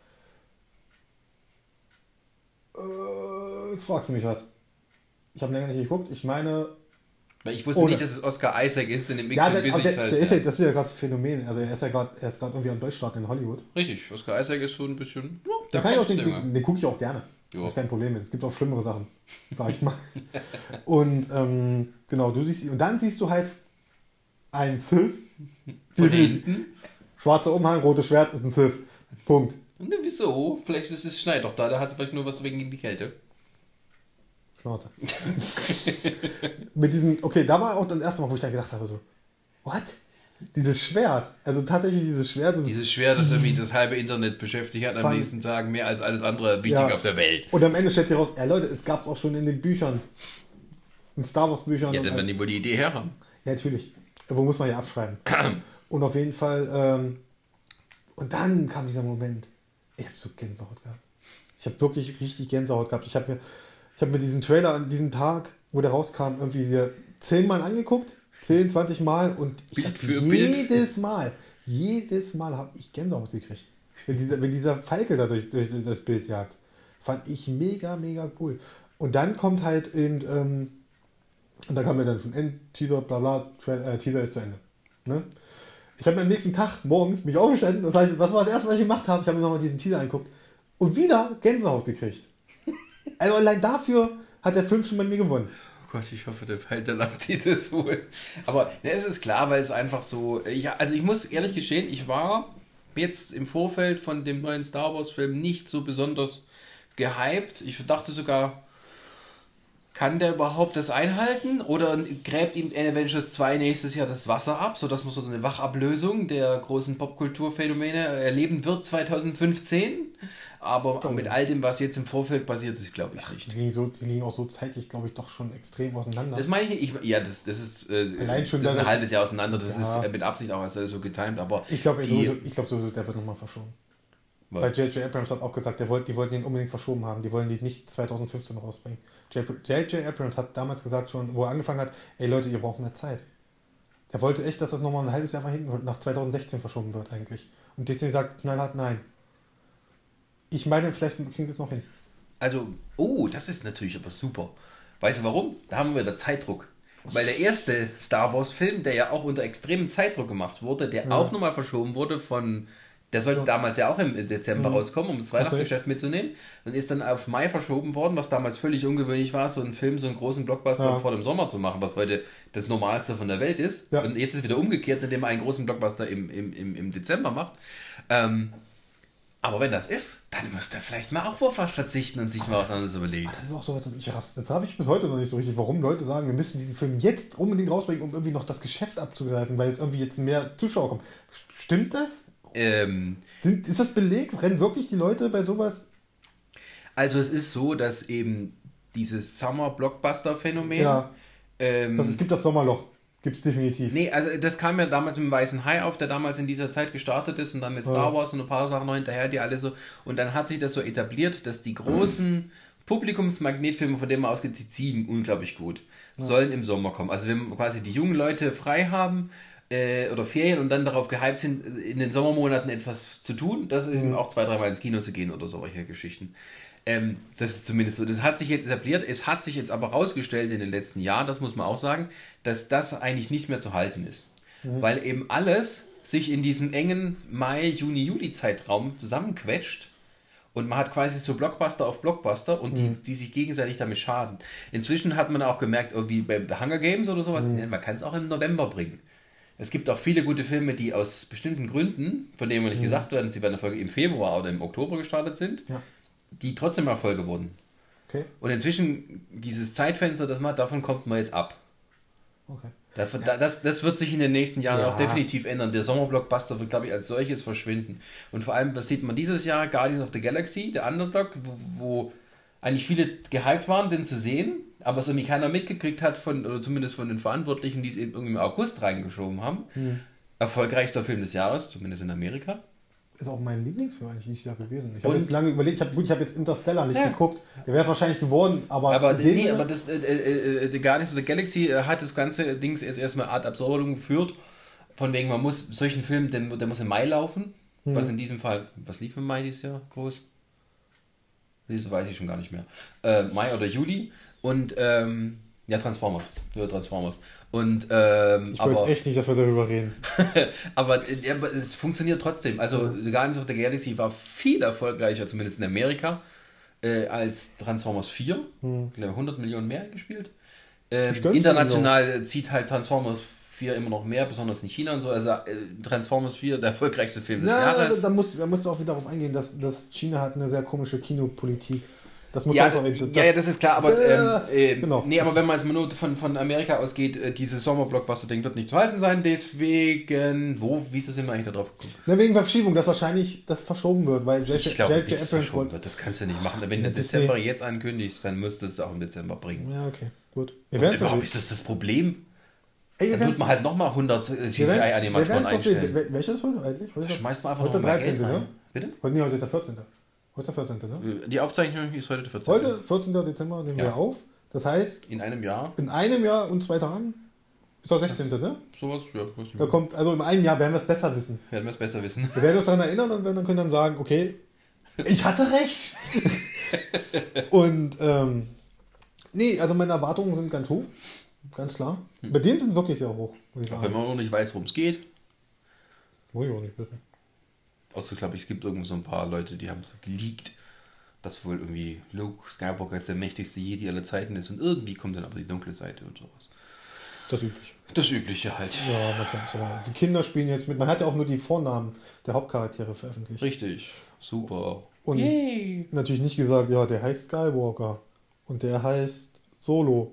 Äh, jetzt fragst du mich was. Ich habe länger nicht geguckt. Ich meine... Weil ich wusste ohne. nicht, dass es Oscar Isaac ist, denn im ja, der, bis der, ich halt, der ist ja, das ist ja gerade ein Phänomen. Also er ist ja gerade irgendwie am Durchstart in Hollywood. Richtig, Oscar Isaac ist so ein bisschen... Ja, den kann ich auch, den, den, den gucke ich auch gerne. Jo. Das ist kein Problem. Es gibt auch schlimmere Sachen, sag ich mal. Und ähm, genau, du siehst... Und dann siehst du halt einen Sith. Von hinten? Schwarzer Umhang, rotes Schwert ist ein Sith. Punkt. Und wieso? Vielleicht ist es Schneid doch da. Da hat es vielleicht nur was wegen die Kälte. Schnauze. Mit diesem, okay, da war auch das erste Mal, wo ich dann gedacht habe, so, what? Dieses Schwert, also tatsächlich dieses Schwert. Dieses Schwert, das irgendwie das halbe Internet beschäftigt hat am nächsten Tag, mehr als alles andere wichtig ja. auf der Welt. Und am Ende stellt sich raus, ja Leute, es gab es auch schon in den Büchern, in Star Wars Büchern. Ja, dann werden die wohl die Idee her haben. Ja, natürlich. Wo muss man ja abschreiben. Und auf jeden Fall, ähm, und dann kam dieser Moment, ich habe so Gänsehaut gehabt. Ich habe wirklich richtig Gänsehaut gehabt. Ich habe mir Ich habe mir diesen Trailer an diesem Tag, wo der rauskam, irgendwie sehr zehnmal angeguckt. Zehn, zwanzig Mal. Und ich Bild für jedes Bild. Mal, jedes Mal habe ich Gänsehaut gekriegt. Wenn dieser, wenn dieser Falke da durch, durch das Bild jagt. Fand ich mega, mega cool. Und dann kommt halt eben, ähm, und da kam mir dann schon End-Teaser, bla bla, Tra- äh, Teaser ist zu Ende. Ne? Ich habe mir am nächsten Tag morgens mich aufgestanden. Das heißt, was war das erste, was ich gemacht habe? Ich habe mir nochmal diesen Teaser angeguckt. Und wieder Gänsehaut gekriegt. Also allein dafür hat der Film schon bei mir gewonnen. Oh Gott, ich hoffe, der fällt dann auf dieses wohl. Aber ne, es ist klar, weil es einfach so... Ich, also ich muss ehrlich gestehen, ich war jetzt im Vorfeld von dem neuen Star Wars Film nicht so besonders gehypt. Ich dachte sogar, kann der überhaupt das einhalten? Oder gräbt ihm Avengers zwei nächstes Jahr das Wasser ab, sodass man so eine Wachablösung der großen Popkulturphänomene erleben wird zwanzig fünfzehn? Aber oh. mit all dem, was jetzt im Vorfeld passiert ist, glaube ich Ach, nicht. Die liegen, so, die liegen auch so zeitlich, glaube ich, doch schon extrem auseinander. Das meine ich nicht. Ich, ja, das, das ist, äh, Allein schon das ist ein das halbes Jahr auseinander. Das ja. ist mit Absicht auch also so getimed. Aber ich glaube sowieso, ich glaub sowieso, der wird nochmal verschoben. Was? Weil J J Abrams hat auch gesagt, der wollt, die wollten ihn unbedingt verschoben haben. Die wollen die nicht zwanzig fünfzehn rausbringen. J J Abrams hat damals gesagt schon, wo er angefangen hat, ey Leute, ihr braucht mehr Zeit. Er wollte echt, dass das nochmal ein halbes Jahr hinten nach zwanzig sechzehn verschoben wird eigentlich. Und Disney sagt knallhart nein. Ich meine, vielleicht kriegen sie es noch hin. Also, oh, das ist natürlich aber super. Weißt du warum? Da haben wir wieder Zeitdruck. Weil der erste Star Wars Film, der ja auch unter extremem Zeitdruck gemacht wurde, der ja. auch nochmal verschoben wurde von... Der sollte ja. damals ja auch im Dezember mhm. rauskommen, um das Weihnachtsgeschäft mitzunehmen. Und ist dann auf Mai verschoben worden, was damals völlig ungewöhnlich war, so einen Film, so einen großen Blockbuster ja. vor dem Sommer zu machen, was heute das Normalste von der Welt ist. Ja. Und jetzt ist es wieder umgekehrt, indem man einen großen Blockbuster im, im, im, im Dezember macht. Ähm, aber wenn das ist, dann müsste er vielleicht mal auch auf was verzichten und sich aber mal was anderes überlegen. Das ist auch so was, ich raff, das habe ich bis heute noch nicht so richtig, warum Leute sagen, wir müssen diesen Film jetzt unbedingt rausbringen, um irgendwie noch das Geschäft abzugreifen, weil jetzt irgendwie jetzt mehr Zuschauer kommen. Stimmt das? Ähm, Sind, ist das Beleg? Rennen wirklich die Leute bei sowas? Also es ist so, dass eben dieses Summer-Blockbuster-Phänomen... Ja, ähm, das, es gibt das Sommerloch. Gibt es definitiv. Nee, also das kam ja damals mit dem Weißen Hai auf, der damals in dieser Zeit gestartet ist und dann mit Star Wars und ein paar Sachen noch hinterher, die alle so... Und dann hat sich das so etabliert, dass die großen Publikumsmagnetfilme, von denen man ausgeht, die ziehen unglaublich gut, ja. sollen im Sommer kommen. Also wenn quasi die jungen Leute frei haben... Äh, oder Ferien und dann darauf gehypt sind, in den Sommermonaten etwas zu tun, das ist mhm. eben auch zwei, dreimal ins Kino zu gehen oder solche Geschichten. Ähm, das ist zumindest so. Das hat sich jetzt etabliert, es hat sich jetzt aber rausgestellt in den letzten Jahren, das muss man auch sagen, dass das eigentlich nicht mehr zu halten ist. Mhm. Weil eben alles sich in diesem engen Mai, Juni, Juli-Zeitraum zusammenquetscht und man hat quasi so Blockbuster auf Blockbuster und die, mhm. die sich gegenseitig damit schaden. Inzwischen hat man auch gemerkt, irgendwie bei The Hunger Games oder sowas, mhm. man kann es auch im November bringen. Es gibt auch viele gute Filme, die aus bestimmten Gründen, von denen wir nicht mhm. gesagt werden, sie bei einer Folge im Februar oder im Oktober gestartet sind, ja. die trotzdem Erfolge wurden. Okay. Und inzwischen, dieses Zeitfenster, das man, davon kommt man jetzt ab. Okay. Dafür, ja. das, das wird sich in den nächsten Jahren ja. auch definitiv ändern. Der Sommerblockbuster wird, glaube ich, als solches verschwinden. Und vor allem, das sieht man dieses Jahr, Guardians of the Galaxy, der Underdog, wo, wo eigentlich viele gehypt waren, den zu sehen, aber es irgendwie keiner mitgekriegt hat, von, oder zumindest von den Verantwortlichen, die es irgendwie im August reingeschoben haben. Hm. Erfolgreichster Film des Jahres, zumindest in Amerika. Ist auch mein Lieblingsfilm eigentlich dieses Jahr gewesen. Ich habe jetzt lange überlegt, ich habe ich hab jetzt Interstellar nicht ja. geguckt. Der wäre es wahrscheinlich geworden, aber... Aber, nee, aber das, äh, äh, The Guardians of the Galaxy äh, hat das ganze Ding erst erstmal Art Absurdum geführt. Von wegen, man muss solchen Film, der, der muss im Mai laufen. Hm. Was in diesem Fall, was lief im Mai dieses Jahr groß? Das weiß ich schon gar nicht mehr. Äh, Mai oder Juli. Und, ähm, ja, Transformers. Ja, Transformers. Und, ähm, ich wollte echt nicht, dass wir darüber reden. aber, ja, aber es funktioniert trotzdem. Also, The Guardians of the Galaxy war viel erfolgreicher, zumindest in Amerika, äh, als Transformers vier. Hm. Ich glaube, hundert Millionen mehr gespielt. Ähm, international zieht halt Transformers vier immer noch mehr, besonders in China und so. Also, äh, Transformers vier, der erfolgreichste Film des ja, Jahres. Da, da, musst, da musst du auch wieder darauf eingehen, dass, dass China hat eine sehr komische Kinopolitik. Das muss ja, einfach, das, ja, ja, das ist klar, aber ähm, äh, genau. nee, aber wenn man jetzt mal nur von, von Amerika ausgeht, äh, dieses Sommer-Blockbuster-Ding wird nicht zu halten sein, deswegen, wo, wieso sind wir eigentlich da drauf gekommen? Na, wegen Verschiebung, dass wahrscheinlich das verschoben wird, weil J J Ich glaube nicht, dass das verschoben wird, das kannst du nicht machen. Wenn du ja, Dezember jetzt ankündigst, dann musst du es auch im Dezember bringen. Ja, okay, gut. Wir werden überhaupt ist das das Problem? Ey, dann tut man halt nochmal hundert C G I-Animatoren einstellen. Wel- Welcher ist heute eigentlich? Heute schmeißt man einfach heute noch mal dreizehnte, Geld rein. Ne? Bitte? Heute, nee, heute ist der vierzehnte Heute ist der vierzehnte Ne? Die Aufzeichnung ist heute der vierzehnte Heute, vierzehnten Dezember, nehmen ja. wir auf. Das heißt... In einem Jahr? In einem Jahr und zwei Tagen? Ist auch sechzehnte Ne? Sowas, ja. Da kommt, also in einem Jahr werden wir es besser wissen. Werden wir es besser wissen. Wir werden uns daran erinnern und werden dann können dann sagen, okay, ich hatte recht. Und, ähm... Nee, also meine Erwartungen sind ganz hoch. Ganz klar. Hm. Bei denen sind es wirklich sehr hoch. Auch wenn man noch nicht weiß, worum es geht. Muss ich auch nicht wissen. Außer, glaube ich, es gibt irgendwo so ein paar Leute, die haben es geleakt, dass wohl irgendwie Luke Skywalker ist der mächtigste Jedi aller Zeiten ist und irgendwie kommt dann aber die dunkle Seite und sowas. Das Übliche. Das Übliche halt. Ja, man kennt es ja. Die Kinder spielen jetzt mit. Man hat ja auch nur die Vornamen der Hauptcharaktere veröffentlicht. Richtig. Super. Und Yay. natürlich nicht gesagt, ja, der heißt Skywalker und der heißt Solo.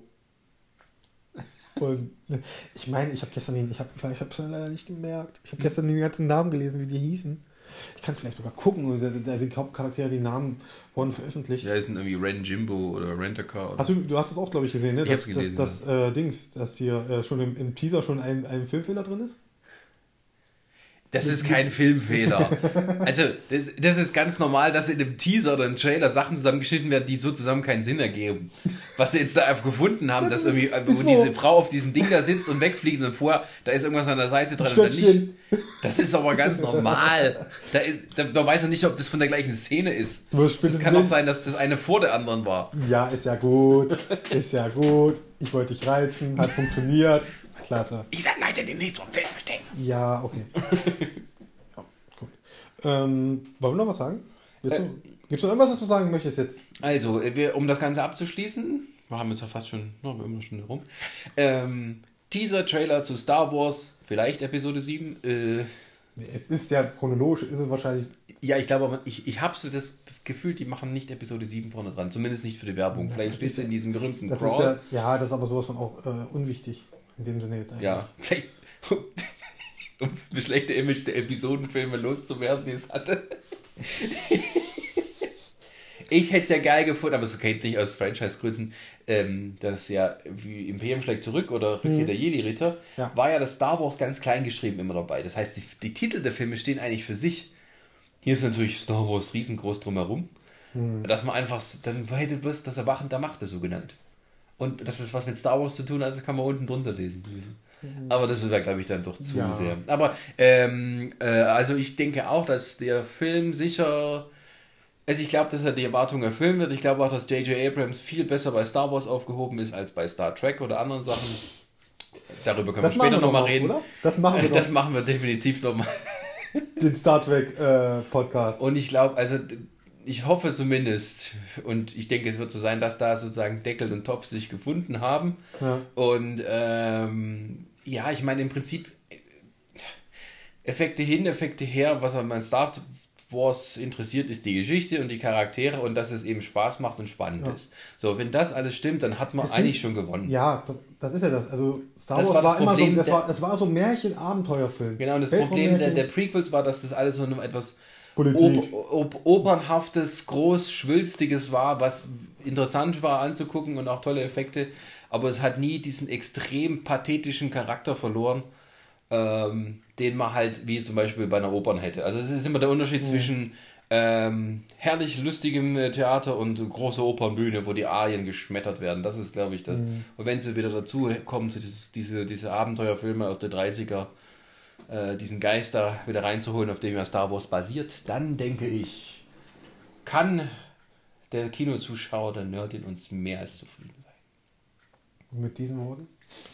Und ich meine, ich habe gestern den, ich habe ich habe es leider nicht gemerkt. Ich habe Hm. gestern den ganzen Namen gelesen, wie die hießen. Ich kann es vielleicht sogar gucken. Die Hauptcharaktere, die Namen wurden veröffentlicht. Ja, ist irgendwie Ren Jimbo oder Rent-A-Car. Oder? Hast du, du hast es auch, glaube ich, gesehen, ne? Ich Dass hab's gelesen, das, das äh, Dings, dass hier äh, schon im, im Teaser schon ein, ein Filmfehler drin ist? Das ist kein Filmfehler. Also, das, das ist ganz normal, dass in einem Teaser oder einem Trailer Sachen zusammengeschnitten werden, die so zusammen keinen Sinn ergeben. Was sie jetzt da einfach gefunden haben, dass irgendwie, wo so. diese Frau auf diesem Ding da sitzt und wegfliegt und vorher, da ist irgendwas an der Seite dran oder nicht. Stöckchen. Das ist aber ganz normal. Da, ist, da, man weiß ja nicht, ob das von der gleichen Szene ist. Du wirst Es spätestens kann auch sehen. sein, dass das eine vor der anderen war. Ja, ist ja gut. Ist ja gut. Ich wollte dich reizen. Hat funktioniert. Klasse. Ich sag Leute, die nicht vom Film verstecken. Ja, okay. Ja, gut. Ähm, wollen wir noch was sagen? Willst du, Gibt es noch irgendwas, was du sagen möchtest jetzt? Also, wir, um das Ganze abzuschließen, wir haben jetzt ja fast schon, no, wir haben eine Stunde rum. Ähm, Teaser, Trailer zu Star Wars, vielleicht Episode sieben. Äh, Es ist ja chronologisch, ist es wahrscheinlich. ja, ich glaube, aber ich, ich habe so das Gefühl, die machen nicht Episode sieben vorne dran. Zumindest nicht für die Werbung. Ja, vielleicht das bist du ist in diesem berühmten Das Crawl. ist ja, ja, das ist aber sowas von auch äh, unwichtig. In dem Sinne jetzt eigentlich. Ja, vielleicht um das schlechte Image der Episodenfilme loszuwerden, die es hatte. Ich hätte es ja geil gefunden, aber es geht nicht aus Franchise-Gründen, ähm, dass ja wie Imperium schlägt zurück oder Rückkehr der Jedi-Ritter, Ja. war ja das Star Wars ganz klein geschrieben immer dabei. Das heißt, die, die Titel der Filme stehen eigentlich für sich. Hier ist natürlich Star Wars riesengroß drumherum. Dass man einfach dann weiter bist, das Erwachen der Macht ist so genannt. Und das ist was mit Star Wars zu tun hat, das kann man unten drunter lesen. Aber das wäre, glaube ich, dann doch zu Ja. sehr. Aber, ähm, äh, also ich denke auch, dass der Film sicher, also ich glaube, dass er die Erwartungen erfüllen wird. Ich glaube auch, dass J J Abrams viel besser bei Star Wars aufgehoben ist als bei Star Trek oder anderen Sachen. Darüber können Das wir machen später wir nochmal noch, reden. oder? Das machen wir Das doch. machen wir definitiv nochmal. Den Star Trek äh, Podcast. Und ich glaube, also ich hoffe zumindest, und ich denke, es wird so sein, dass da sozusagen Deckel und Topf sich gefunden haben. Ja. Und ähm, ja, ich meine im Prinzip Effekte hin, Effekte her, was an Star Wars interessiert, ist die Geschichte und die Charaktere und dass es eben Spaß macht und spannend Ja. ist. So, wenn das alles stimmt, dann hat man Es sind- eigentlich schon gewonnen. Ja, das- das ist ja das. Also Star Das Wars war war, das immer Problem so, das der- war, das war so Märchen-Abenteuerfilm. Genau, und das Problem der, Weltraummärchen, der Prequels war, dass das alles so ein etwas Politik. Op op opernhaftes, groß, schwülstiges war, was interessant war anzugucken und auch tolle Effekte, aber es hat nie diesen extrem pathetischen Charakter verloren, ähm, den man halt wie zum Beispiel bei einer Opern hätte. Also es ist immer der Unterschied zwischen ähm, herrlich lustigem äh, Theater und großer Opernbühne, wo die Arien geschmettert werden. Das ist, glaube ich, das. Und wenn sie wieder dazu kommen, zu dieses, diese, diese Abenteuerfilme aus der dreißiger, äh, diesen Geist da wieder reinzuholen, auf dem ja Star Wars basiert, dann denke ich, kann der Kinozuschauer, der Nerd in uns mehr als zufrieden sein. Mit diesen Worten.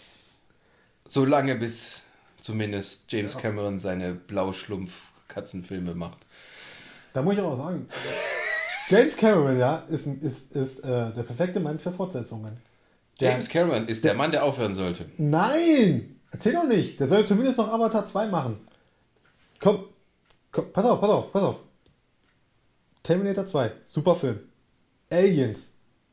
Solange bis zumindest James Cameron seine Blauschlumpf-Katzenfilme macht. Da muss ich aber auch sagen, James Cameron, ja, ist, ein- ist, ist äh, der perfekte Mann für Fortsetzungen. Der- James Cameron ist der Mann, der aufhören sollte. Nein! Erzähl doch nicht. Der soll zumindest noch Avatar zwei machen. Komm, komm, pass auf, pass auf, pass auf. Terminator zwei, super Film. Aliens,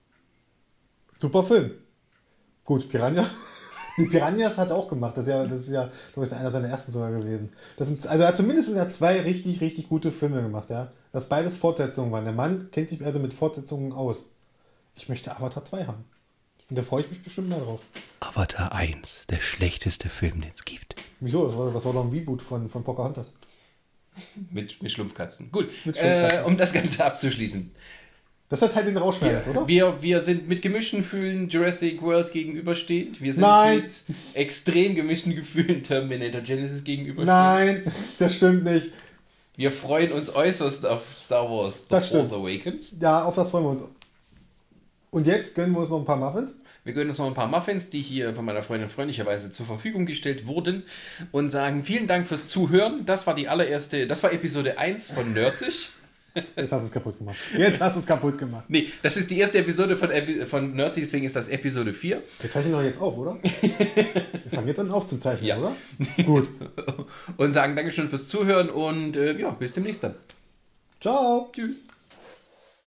super Film. Gut, Piranha. Die Piranhas hat er auch gemacht. Das ist ja, das ist ja, glaube ich, einer seiner ersten sogar gewesen. Das sind, also er hat zumindest er hat zwei richtig, richtig gute Filme gemacht, ja. Das beides Fortsetzungen waren. Der Mann kennt sich also mit Fortsetzungen aus. Ich möchte Avatar zwei haben. Und da freue ich mich bestimmt mehr drauf. Avatar eins, der schlechteste Film, den es gibt. Wieso? Das war, das war doch ein Reboot von, von Pocahontas. Mit, mit Schlumpfkatzen. Gut, Mit äh, Schlumpfkatzen. um das Ganze abzuschließen. Das ist der Teil, den du rausschneidest, oder? Wir, wir sind mit gemischten Gefühlen Jurassic World gegenüberstehend. Wir sind Nein. mit extrem gemischten Gefühlen Terminator Genesis gegenüberstehend. Nein, das stimmt nicht. Wir freuen uns äußerst auf Star Wars The Das Force stimmt. Awakens. Ja, auf das freuen wir uns. Und jetzt gönnen wir uns noch ein paar Muffins. Wir gönnen uns noch ein paar Muffins, die hier von meiner Freundin freundlicherweise zur Verfügung gestellt wurden und sagen vielen Dank fürs Zuhören. Das war die allererste, das war Episode eins von Nerdsig. Jetzt hast du es kaputt gemacht. Jetzt hast du es kaputt gemacht. Nee, das ist die erste Episode von, Epi von Nerdsig, deswegen ist das Episode vier. Wir zeichnen doch jetzt auf, oder? Wir fangen jetzt an aufzuzeichnen, Ja. oder? Gut. Und sagen Dankeschön fürs Zuhören und äh, ja, bis demnächst dann. Ciao. Tschüss.